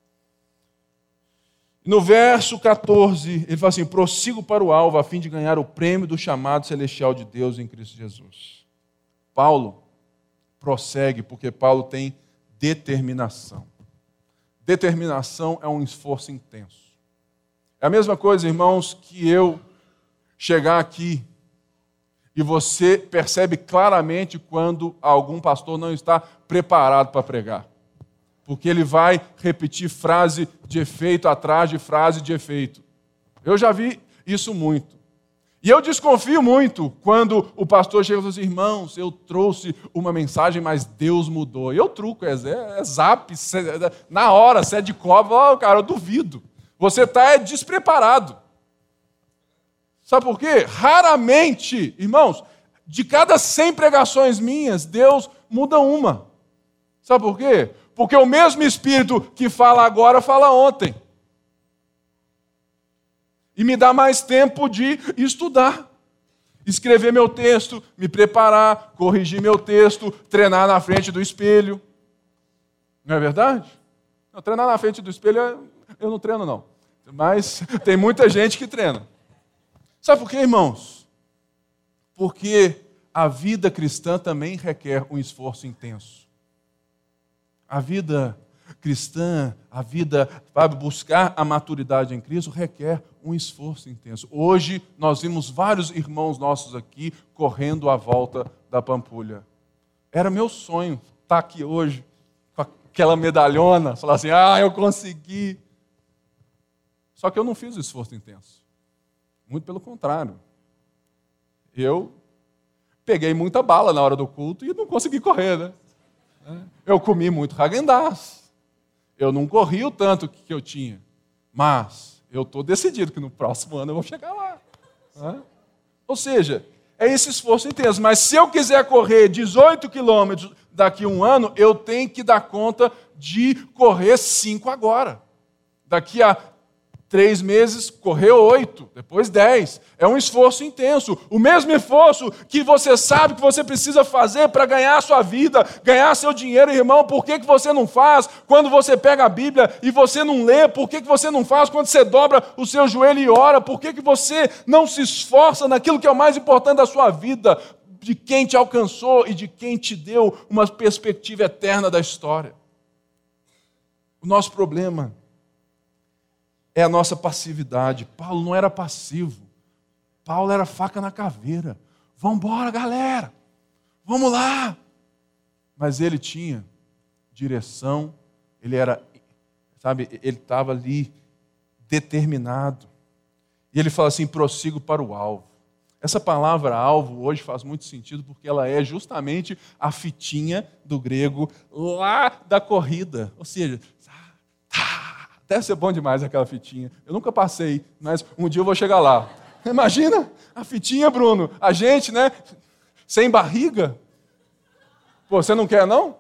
No verso catorze, ele fala assim, prossigo para o alvo a fim de ganhar o prêmio do chamado celestial de Deus em Cristo Jesus. Paulo prossegue porque Paulo tem determinação. Determinação é um esforço intenso. É a mesma coisa, irmãos, que eu chegar aqui e você percebe claramente quando algum pastor não está preparado para pregar. Porque ele vai repetir frase de efeito atrás de frase de efeito. Eu já vi isso muito. E eu desconfio muito quando o pastor chega e fala assim, irmãos, eu trouxe uma mensagem, mas Deus mudou. Eu truco, é, é, é zap, é, na hora, se é de cobra, oh, cara, eu duvido. Você está é, despreparado. Sabe por quê? Raramente, irmãos, de cada cem pregações minhas, Deus muda uma. Sabe por quê? Porque o mesmo Espírito que fala agora, fala ontem. E me dá mais tempo de estudar. Escrever meu texto, me preparar, corrigir meu texto, treinar na frente do espelho. Não é verdade? Não, treinar na frente do espelho, eu não treino não. Mas tem muita gente que treina. Sabe por quê, irmãos? Porque a vida cristã também requer um esforço intenso. A vida cristã, a vida para buscar a maturidade em Cristo requer um esforço intenso. Hoje nós vimos vários irmãos nossos aqui correndo à volta da Pampulha. Era meu sonho estar aqui hoje com aquela medalhona, falar assim, ah, eu consegui. Só que eu não fiz o esforço intenso. Muito pelo contrário. Eu peguei muita bala na hora do culto e não consegui correr, né? Eu comi muito Häagen-Dazs. Eu não corri o tanto que eu tinha. Mas eu estou decidido que no próximo ano eu vou chegar lá. Né? Ou seja, é esse esforço intenso. Mas se eu quiser correr dezoito quilômetros daqui a um ano, eu tenho que dar conta de correr cinco agora. Daqui a Três meses, correu oito, depois dez. É um esforço intenso. O mesmo esforço que você sabe que você precisa fazer para ganhar a sua vida, ganhar seu dinheiro, irmão, por que, que você não faz quando você pega a Bíblia e você não lê? Por que, que você não faz quando você dobra o seu joelho e ora? Por que, que você não se esforça naquilo que é o mais importante da sua vida, de quem te alcançou e de quem te deu uma perspectiva eterna da história? O nosso problema é a nossa passividade. Paulo não era passivo. Paulo era faca na caveira. Vamos embora, galera. Vamos lá. Mas ele tinha direção. Ele era, sabe, ele estava ali determinado. E ele fala assim, prossigo para o alvo. Essa palavra alvo hoje faz muito sentido porque ela é justamente a fitinha do grego lá da corrida. Ou seja, Deve ser bom demais aquela fitinha. Eu nunca passei, mas um dia eu vou chegar lá. Imagina a fitinha, Bruno. A gente, né? Sem barriga. Pô, você não quer, não?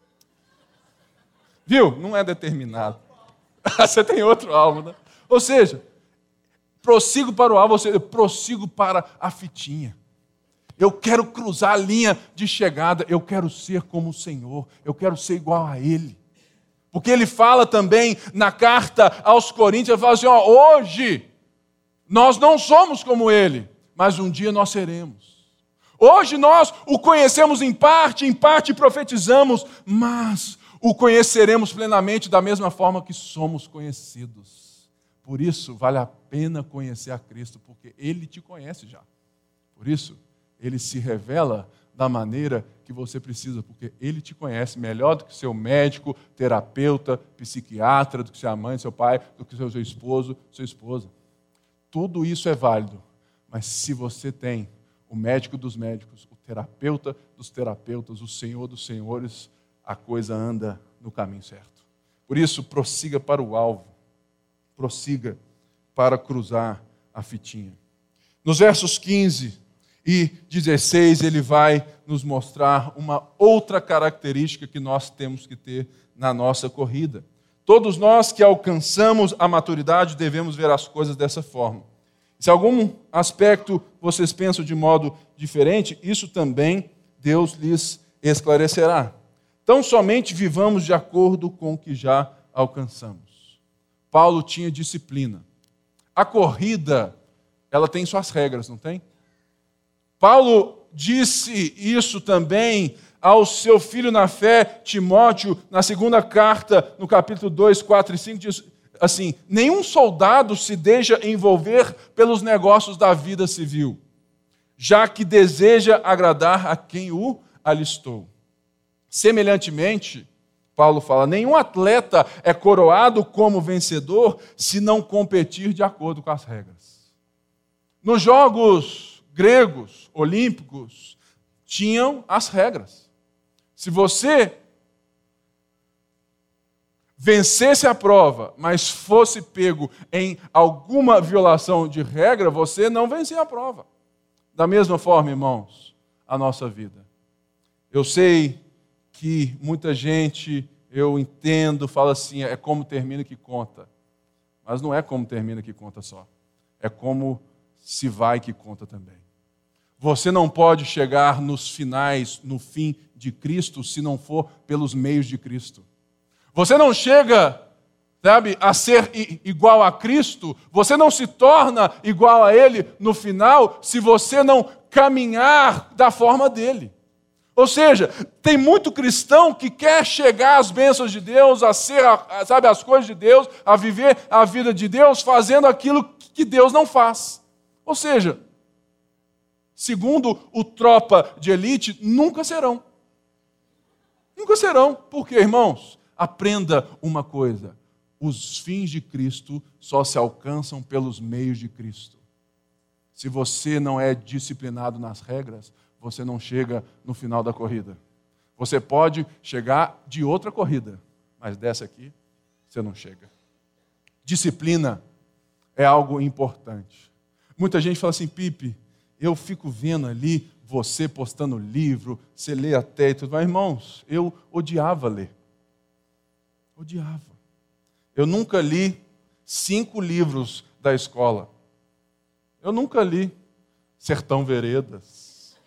Viu? Não é determinado. Você tem outro alvo, né? Ou seja, prossigo para o alvo, ou seja, eu prossigo para a fitinha. Eu quero cruzar a linha de chegada, eu quero ser como o Senhor, eu quero ser igual a Ele. Porque Ele fala também na carta aos Coríntios, Ele fala assim, ó, hoje nós não somos como Ele, mas um dia nós seremos. Hoje nós o conhecemos em parte, em parte profetizamos, mas o conheceremos plenamente da mesma forma que somos conhecidos. Por isso, vale a pena conhecer a Cristo, porque Ele te conhece já. Por isso, Ele se revela da maneira que você precisa, porque Ele te conhece melhor do que seu médico, terapeuta, psiquiatra, do que sua mãe, seu pai, do que seu esposo, sua esposa. Tudo isso é válido, mas se você tem o médico dos médicos, o terapeuta dos terapeutas, o Senhor dos senhores, a coisa anda no caminho certo. Por isso, prossiga para o alvo, prossiga para cruzar a fitinha. Nos versos quinze e dezesseis, ele vai nos mostrar uma outra característica que nós temos que ter na nossa corrida. Todos nós que alcançamos a maturidade devemos ver as coisas dessa forma. Se algum aspecto vocês pensam de modo diferente, isso também Deus lhes esclarecerá. Então, somente vivamos de acordo com o que já alcançamos. Paulo tinha disciplina. A corrida, ela tem suas regras, não tem? Paulo disse isso também ao seu filho na fé, Timóteo, na segunda carta, no capítulo dois, quatro e cinco, diz assim, nenhum soldado se deixa envolver pelos negócios da vida civil, já que deseja agradar a quem o alistou. Semelhantemente, Paulo fala, nenhum atleta é coroado como vencedor se não competir de acordo com as regras. Nos Jogos gregos, olímpicos, tinham as regras. Se você vencesse a prova, mas fosse pego em alguma violação de regra, você não vencia a prova. Da mesma forma, irmãos, a nossa vida. Eu sei que muita gente, eu entendo, fala assim, é como termina que conta. Mas não é como termina que conta só. É como se vai que conta também. Você não pode chegar nos finais, no fim de Cristo, se não for pelos meios de Cristo. Você não chega, sabe, a ser igual a Cristo, você não se torna igual a Ele no final, se você não caminhar da forma dele. Ou seja, tem muito cristão que quer chegar às bênçãos de Deus, a ser, sabe, as coisas de Deus, a viver a vida de Deus, fazendo aquilo que Deus não faz. Ou seja, segundo o tropa de elite, nunca serão. Nunca serão. Por quê, irmãos? Aprenda uma coisa. Os fins de Cristo só se alcançam pelos meios de Cristo. Se você não é disciplinado nas regras, você não chega no final da corrida. Você pode chegar de outra corrida, mas dessa aqui, você não chega. Disciplina é algo importante. Muita gente fala assim, Pipe, eu fico vendo ali você postando livro, você lê até e tudo. Mas, irmãos, eu odiava ler. Odiava. Eu nunca li cinco livros da escola. Eu nunca li Sertão Veredas.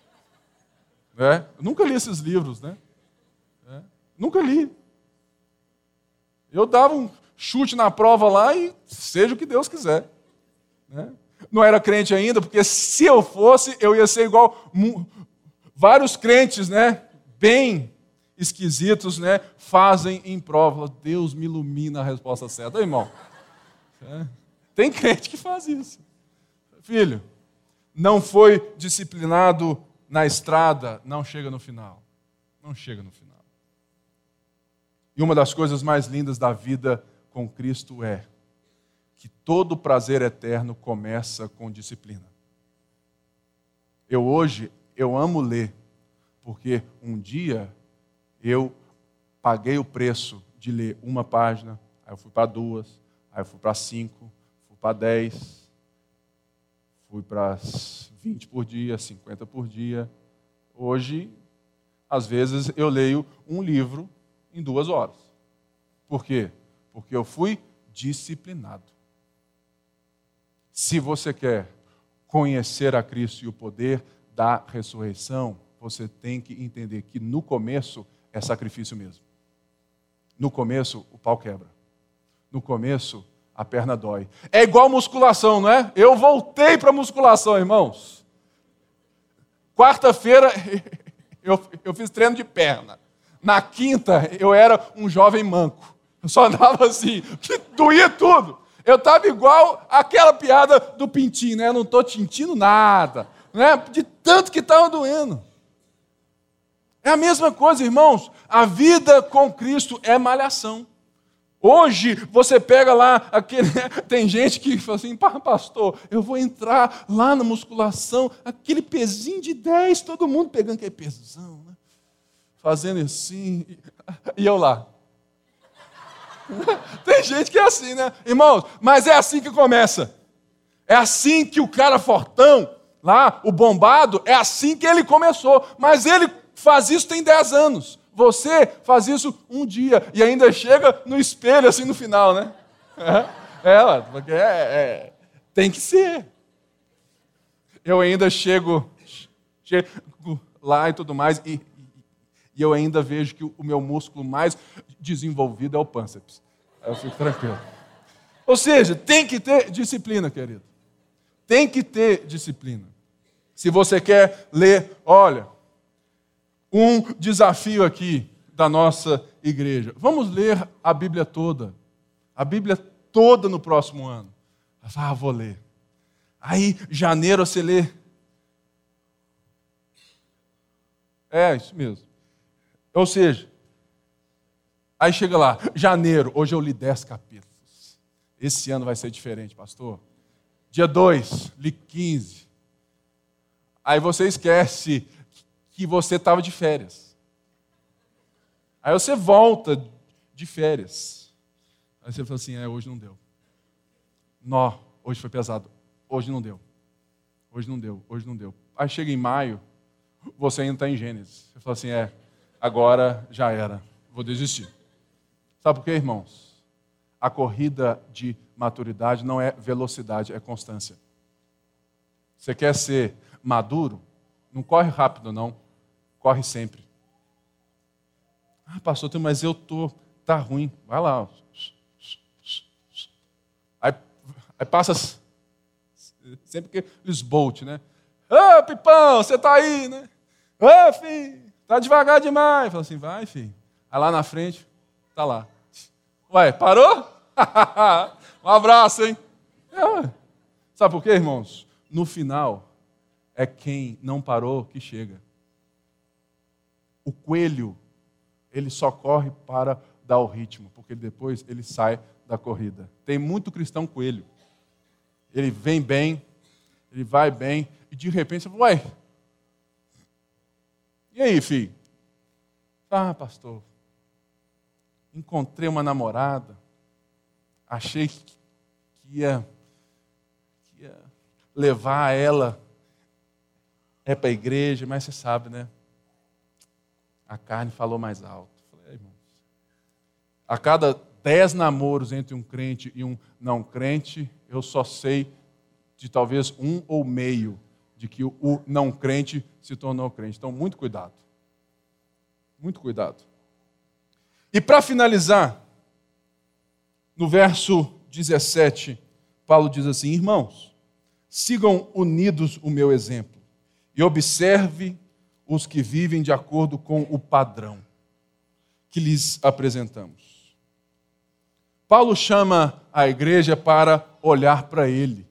É, eu nunca li esses livros, né? É, nunca li. Eu dava um chute na prova lá e seja o que Deus quiser. Né? Não era crente ainda, porque se eu fosse, eu ia ser igual vários crentes, né? Bem esquisitos, né? Fazem em prova. Deus me ilumina a resposta certa. Ô, irmão, é, tem crente que faz isso. Filho, não foi disciplinado na estrada, não chega no final. Não chega no final. E uma das coisas mais lindas da vida com Cristo é que todo prazer eterno começa com disciplina. Eu hoje, eu amo ler, porque um dia eu paguei o preço de ler uma página, aí eu fui para duas, Aí eu fui para cinco, fui para dez, fui para vinte por dia, cinquenta por dia. Hoje, às vezes, eu leio um livro em duas horas. Por quê? Porque eu fui disciplinado. Se você quer conhecer a Cristo e o poder da ressurreição, você tem que entender que no começo é sacrifício mesmo. No começo, o pau quebra. No começo, a perna dói. É igual musculação, não é? Eu voltei para musculação, irmãos. Quarta-feira, eu, eu fiz treino de perna. Na quinta, eu era um jovem manco. Eu só andava assim, que doía tudo. Eu estava igual aquela piada do pintinho, né? Eu não estou tintindo nada, né? De tanto que estava doendo. É a mesma coisa, irmãos. A vida com Cristo é malhação. Hoje, você pega lá, aquele, tem gente que fala assim, pastor, eu vou entrar lá na musculação, aquele pezinho de dez, todo mundo pegando aquele pesão, né? Fazendo assim, e eu lá. Tem gente que é assim, né? Irmãos, mas é assim que começa. É assim que o cara fortão, lá, o bombado, é assim que ele começou. Mas ele faz isso tem dez anos. Você faz isso um dia e ainda chega no espelho assim no final, né? É, é porque é, é, tem que ser. Eu ainda chego, chego lá e tudo mais e, e eu ainda vejo que o meu músculo mais desenvolvido é o pânceps. Eu fico tranquilo. Ou seja, tem que ter disciplina, querido. Tem que ter disciplina. Se você quer ler, olha, um desafio aqui da nossa igreja. Vamos ler a Bíblia toda. A Bíblia toda no próximo ano. Ah, vou ler. Aí, janeiro você lê. É, isso mesmo. Ou seja, aí chega lá, janeiro, hoje eu li dez capítulos. Esse ano vai ser diferente, pastor. Dia dois, li quinze. Aí você esquece que você estava de férias. Aí você volta de férias. Aí você fala assim, é, hoje não deu. Nó, hoje foi pesado. Hoje não deu. Hoje não deu, hoje não deu. Aí chega em maio, você ainda está em Gênesis. Você fala assim, é, agora já era, vou desistir. Sabe por quê, irmãos? A corrida de maturidade não é velocidade, é constância. Você quer ser maduro? Não corre rápido, não. Corre sempre. Ah, pastor, mas eu tô, tá ruim. Vai lá. Aí, aí passa sempre que eles bolt, né? Ô, oh, Pipão, você tá aí, né? Ô, oh, filho, tá devagar demais. Fala assim, vai, filho. Aí lá na frente, tá lá. Ué, parou? Um abraço, hein? É, sabe por quê, irmãos? No final, é quem não parou que chega. O coelho, ele só corre para dar o ritmo, porque depois ele sai da corrida. Tem muito cristão coelho. Ele vem bem, ele vai bem, e de repente você fala, ué, e aí, filho? Ah, pastor, encontrei uma namorada, achei que ia, que ia levar ela é para a igreja, mas você sabe, né? A carne falou mais alto. Falei, irmãos, a cada dez namoros entre um crente e um não crente, eu só sei de talvez um ou meio de que o não crente se tornou crente. Então, muito cuidado. Muito cuidado. E para finalizar, no verso dezessete, Paulo diz assim, irmãos, sigam unidos o meu exemplo e observe os que vivem de acordo com o padrão que lhes apresentamos. Paulo chama a igreja para olhar para ele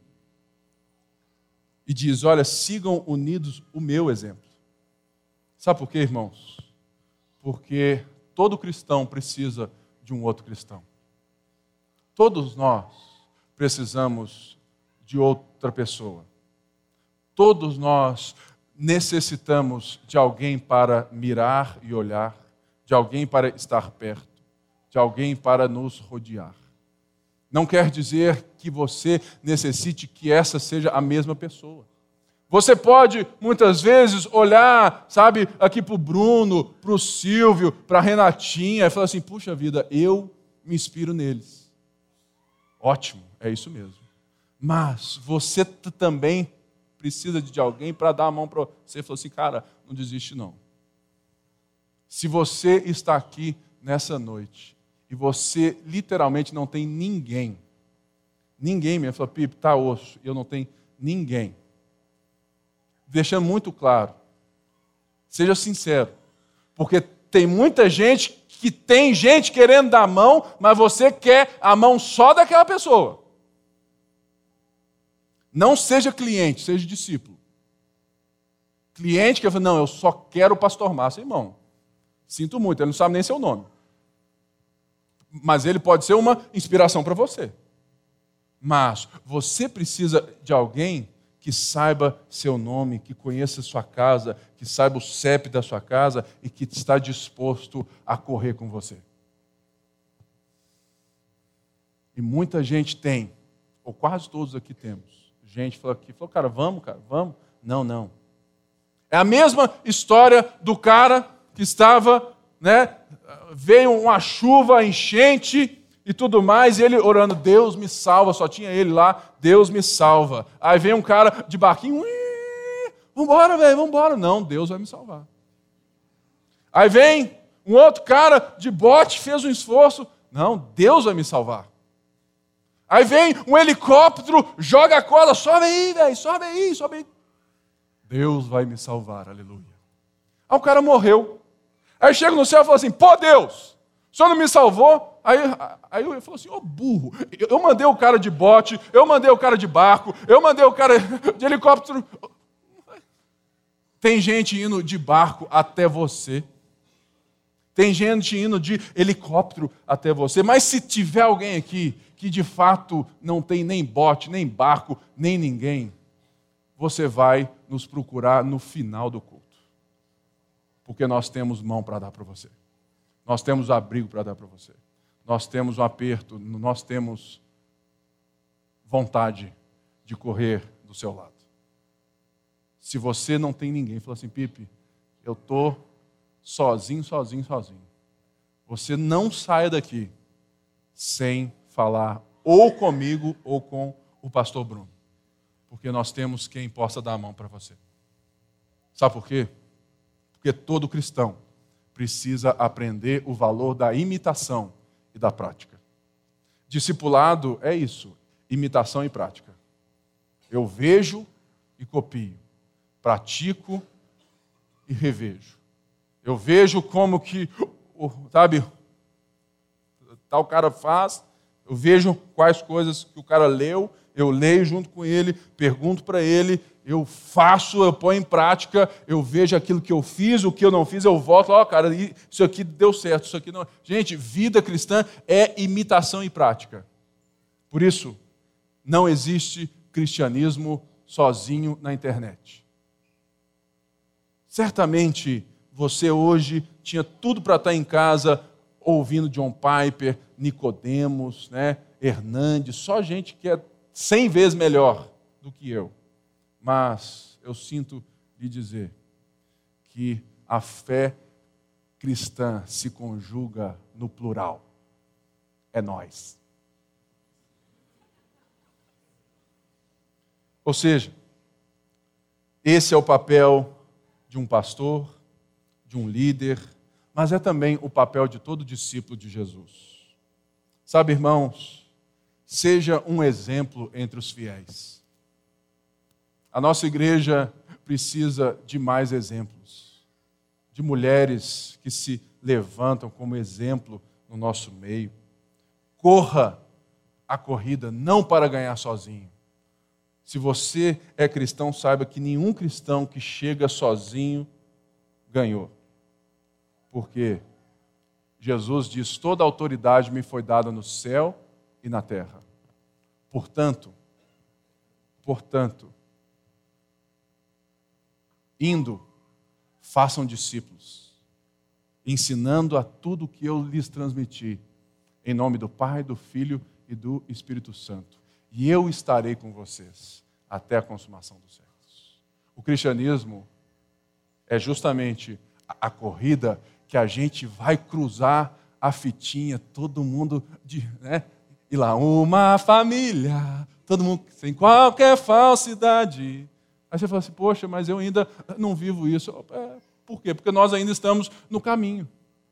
e diz, olha, sigam unidos o meu exemplo. Sabe por quê, irmãos? Porque todo cristão precisa de um outro cristão. Todos nós precisamos de outra pessoa. Todos nós necessitamos de alguém para mirar e olhar, de alguém para estar perto, de alguém para nos rodear. Não quer dizer que você necessite que essa seja a mesma pessoa. Você pode, muitas vezes, olhar, sabe, aqui para o Bruno, para o Silvio, para a Renatinha, e falar assim, puxa vida, eu me inspiro neles. Ótimo, é isso mesmo. Mas você t- também precisa de alguém para dar a mão para você e falar assim, cara, não desiste não. Se você está aqui nessa noite e você literalmente não tem ninguém, ninguém mesmo, fala, Pipe, tá osso, eu não tenho ninguém. Deixando muito claro, seja sincero, porque tem muita gente que tem gente querendo dar a mão, mas você quer a mão só daquela pessoa. Não seja cliente, seja discípulo. Cliente que fala, não, eu só quero o pastor Márcio, irmão. Sinto muito, ele não sabe nem seu nome. Mas ele pode ser uma inspiração para você. Mas você precisa de alguém que saiba seu nome, que conheça sua casa, que saiba o C E P da sua casa e que está disposto a correr com você. E muita gente tem, ou quase todos aqui temos, gente falou aqui, falou, cara, vamos, cara, vamos. Não, não. É a mesma história do cara que estava, né, veio uma chuva, enchente e tudo mais, e ele orando, Deus me salva, só tinha ele lá, Deus me salva. Aí vem um cara de barquinho, vambora, velho, vambora. Não, Deus vai me salvar. Aí vem um outro cara de bote, fez um esforço, não, Deus vai me salvar. Aí vem um helicóptero, joga a corda, sobe aí, velho, sobe aí, sobe aí. Deus vai me salvar, aleluia. Aí o cara morreu. Aí chega no céu e fala assim, pô Deus, o senhor não me salvou? Aí, aí eu falo assim, ô oh, burro, eu mandei o cara de bote, eu mandei o cara de barco, eu mandei o cara de helicóptero. Tem gente indo de barco até você. Tem gente indo de helicóptero até você. Mas se tiver alguém aqui que de fato não tem nem bote, nem barco, nem ninguém, você vai nos procurar no final do culto. Porque nós temos mão para dar para você. Nós temos abrigo para dar para você. Nós temos um aperto, nós temos vontade de correr do seu lado. Se você não tem ninguém, fala assim, Pipe, eu estou sozinho, sozinho, sozinho. Você não saia daqui sem falar ou comigo ou com o pastor Bruno. Porque nós temos quem possa dar a mão para você. Sabe por quê? Porque todo cristão precisa aprender o valor da imitação e da prática. Discipulado é isso, imitação e prática. Eu vejo e copio, pratico e revejo. Eu vejo como que, sabe, tal cara faz, eu vejo quais coisas que o cara leu, eu leio junto com ele, pergunto para ele, eu faço, eu ponho em prática, eu vejo aquilo que eu fiz, o que eu não fiz, eu volto, ó, oh, cara, isso aqui deu certo, isso aqui não. Gente, vida cristã é imitação e prática. Por isso, não existe cristianismo sozinho na internet. Certamente, você hoje tinha tudo para estar em casa ouvindo John Piper, Nicodemos, né, Hernandes, só gente que é cem vezes melhor do que eu. Mas eu sinto lhe dizer que a fé cristã se conjuga no plural. É nós. Ou seja, esse é o papel de um pastor, de um líder, mas é também o papel de todo discípulo de Jesus. Sabe, irmãos, seja um exemplo entre os fiéis. A nossa igreja precisa de mais exemplos, de mulheres que se levantam como exemplo no nosso meio. Corra a corrida não para ganhar sozinho. Se você é cristão, saiba que nenhum cristão que chega sozinho ganhou. Porque Jesus diz, toda autoridade me foi dada no céu e na terra. Portanto, portanto, indo, façam discípulos, ensinando a tudo o que eu lhes transmiti, em nome do Pai, do Filho e do Espírito Santo. E eu estarei com vocês até a consumação dos séculos. O cristianismo é justamente a, a corrida que a gente vai cruzar a fitinha, todo mundo, de, né? E lá, uma família, todo mundo sem qualquer falsidade. Aí você fala assim, poxa, mas eu ainda não vivo isso. É, por quê? Porque nós ainda estamos no caminho.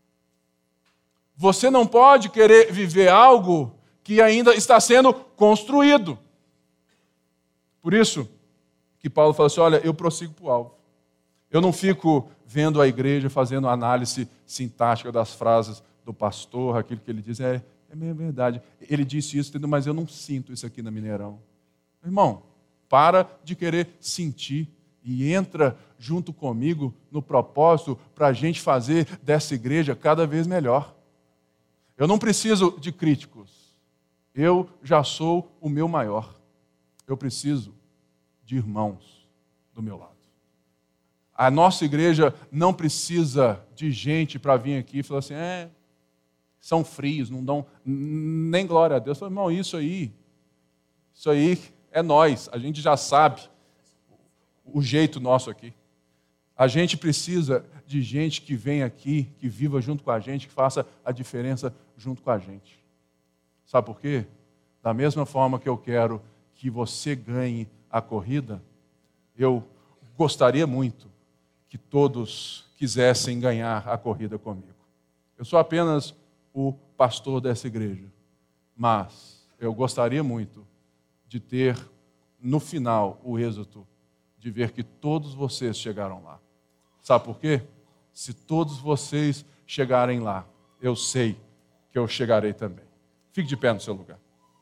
Você não pode querer viver algo que ainda está sendo construído. Por isso que Paulo fala assim, olha, eu prossigo para o alvo. Eu não fico vendo a igreja fazendo análise sintática das frases do pastor, aquilo que ele diz, é, é meio verdade. Ele disse isso, mas eu não sinto isso aqui na Mineirão. Irmão, para de querer sentir e entra junto comigo no propósito para a gente fazer dessa igreja cada vez melhor. Eu não preciso de críticos. Eu já sou o meu maior. Eu preciso de irmãos do meu lado. A nossa igreja não precisa de gente para vir aqui e falar assim, é, são frios, não dão nem glória a Deus. Eu falo, irmão, isso aí, isso aí é nós, a gente já sabe o jeito nosso aqui. A gente precisa de gente que venha aqui, que viva junto com a gente, que faça a diferença junto com a gente. Sabe por quê? Da mesma forma que eu quero que você ganhe a corrida, eu gostaria muito que todos quisessem ganhar a corrida comigo. Eu sou apenas o pastor dessa igreja, mas eu gostaria muito de ter, no final, o êxito de ver que todos vocês chegaram lá. Sabe por quê? Se todos vocês chegarem lá, eu sei que eu chegarei também. Fique de pé no seu lugar.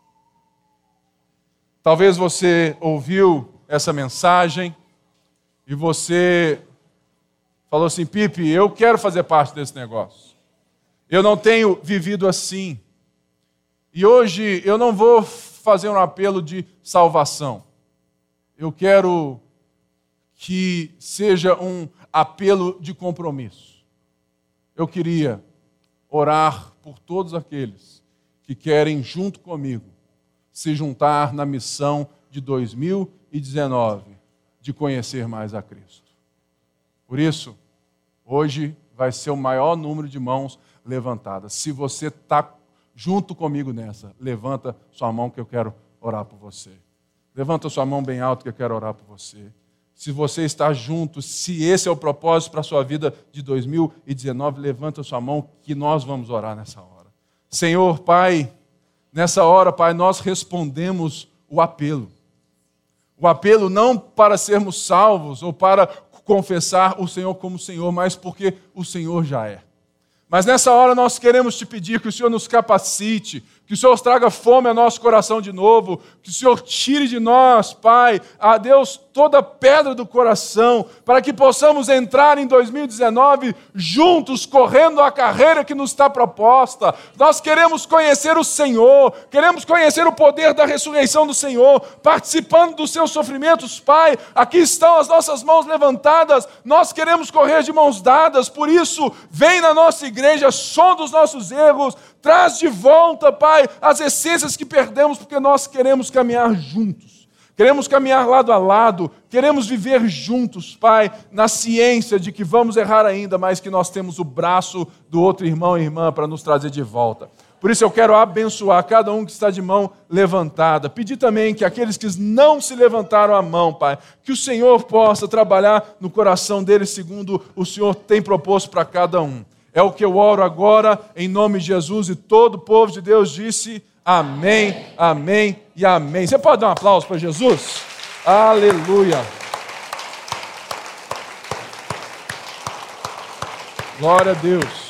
Talvez você ouviu essa mensagem e você falou assim, Pipe, eu quero fazer parte desse negócio. Eu não tenho vivido assim. E hoje eu não vou fazer um apelo de salvação. Eu quero que seja um apelo de compromisso. Eu queria orar por todos aqueles que querem, junto comigo, se juntar na missão de dois mil e dezenove, de conhecer mais a Cristo. Por isso, hoje vai ser o maior número de mãos levantadas. Se você está junto comigo nessa, levanta sua mão que eu quero orar por você. Levanta sua mão bem alto que eu quero orar por você. Se você está junto, se esse é o propósito para a sua vida de dois mil e dezenove, levanta sua mão que nós vamos orar nessa hora. Senhor, Pai, nessa hora, Pai, nós respondemos o apelo. O apelo não para sermos salvos ou para confessar o Senhor como Senhor, mas porque o Senhor já é. Mas nessa hora nós queremos te pedir que o Senhor nos capacite, que o Senhor traga fome ao nosso coração de novo, que o Senhor tire de nós, Pai, a Deus, toda pedra do coração, para que possamos entrar em dois mil e dezenove juntos, correndo a carreira que nos está proposta. Nós queremos conhecer o Senhor, queremos conhecer o poder da ressurreição do Senhor, participando dos seus sofrimentos, Pai. Aqui estão as nossas mãos levantadas, nós queremos correr de mãos dadas, por isso, vem na nossa igreja, sonda os nossos erros, traz de volta, Pai, as essências que perdemos, porque nós queremos caminhar juntos. Queremos caminhar lado a lado, queremos viver juntos, Pai, na ciência de que vamos errar ainda, mas que nós temos o braço do outro irmão e irmã para nos trazer de volta. Por isso eu quero abençoar cada um que está de mão levantada. Pedir também que aqueles que não se levantaram a mão, Pai, que o Senhor possa trabalhar no coração deles segundo o Senhor tem proposto para cada um. É o que eu oro agora, em nome de Jesus, e todo o povo de Deus disse amém, amém e amém. Você pode dar um aplauso para Jesus? Aleluia. Glória a Deus.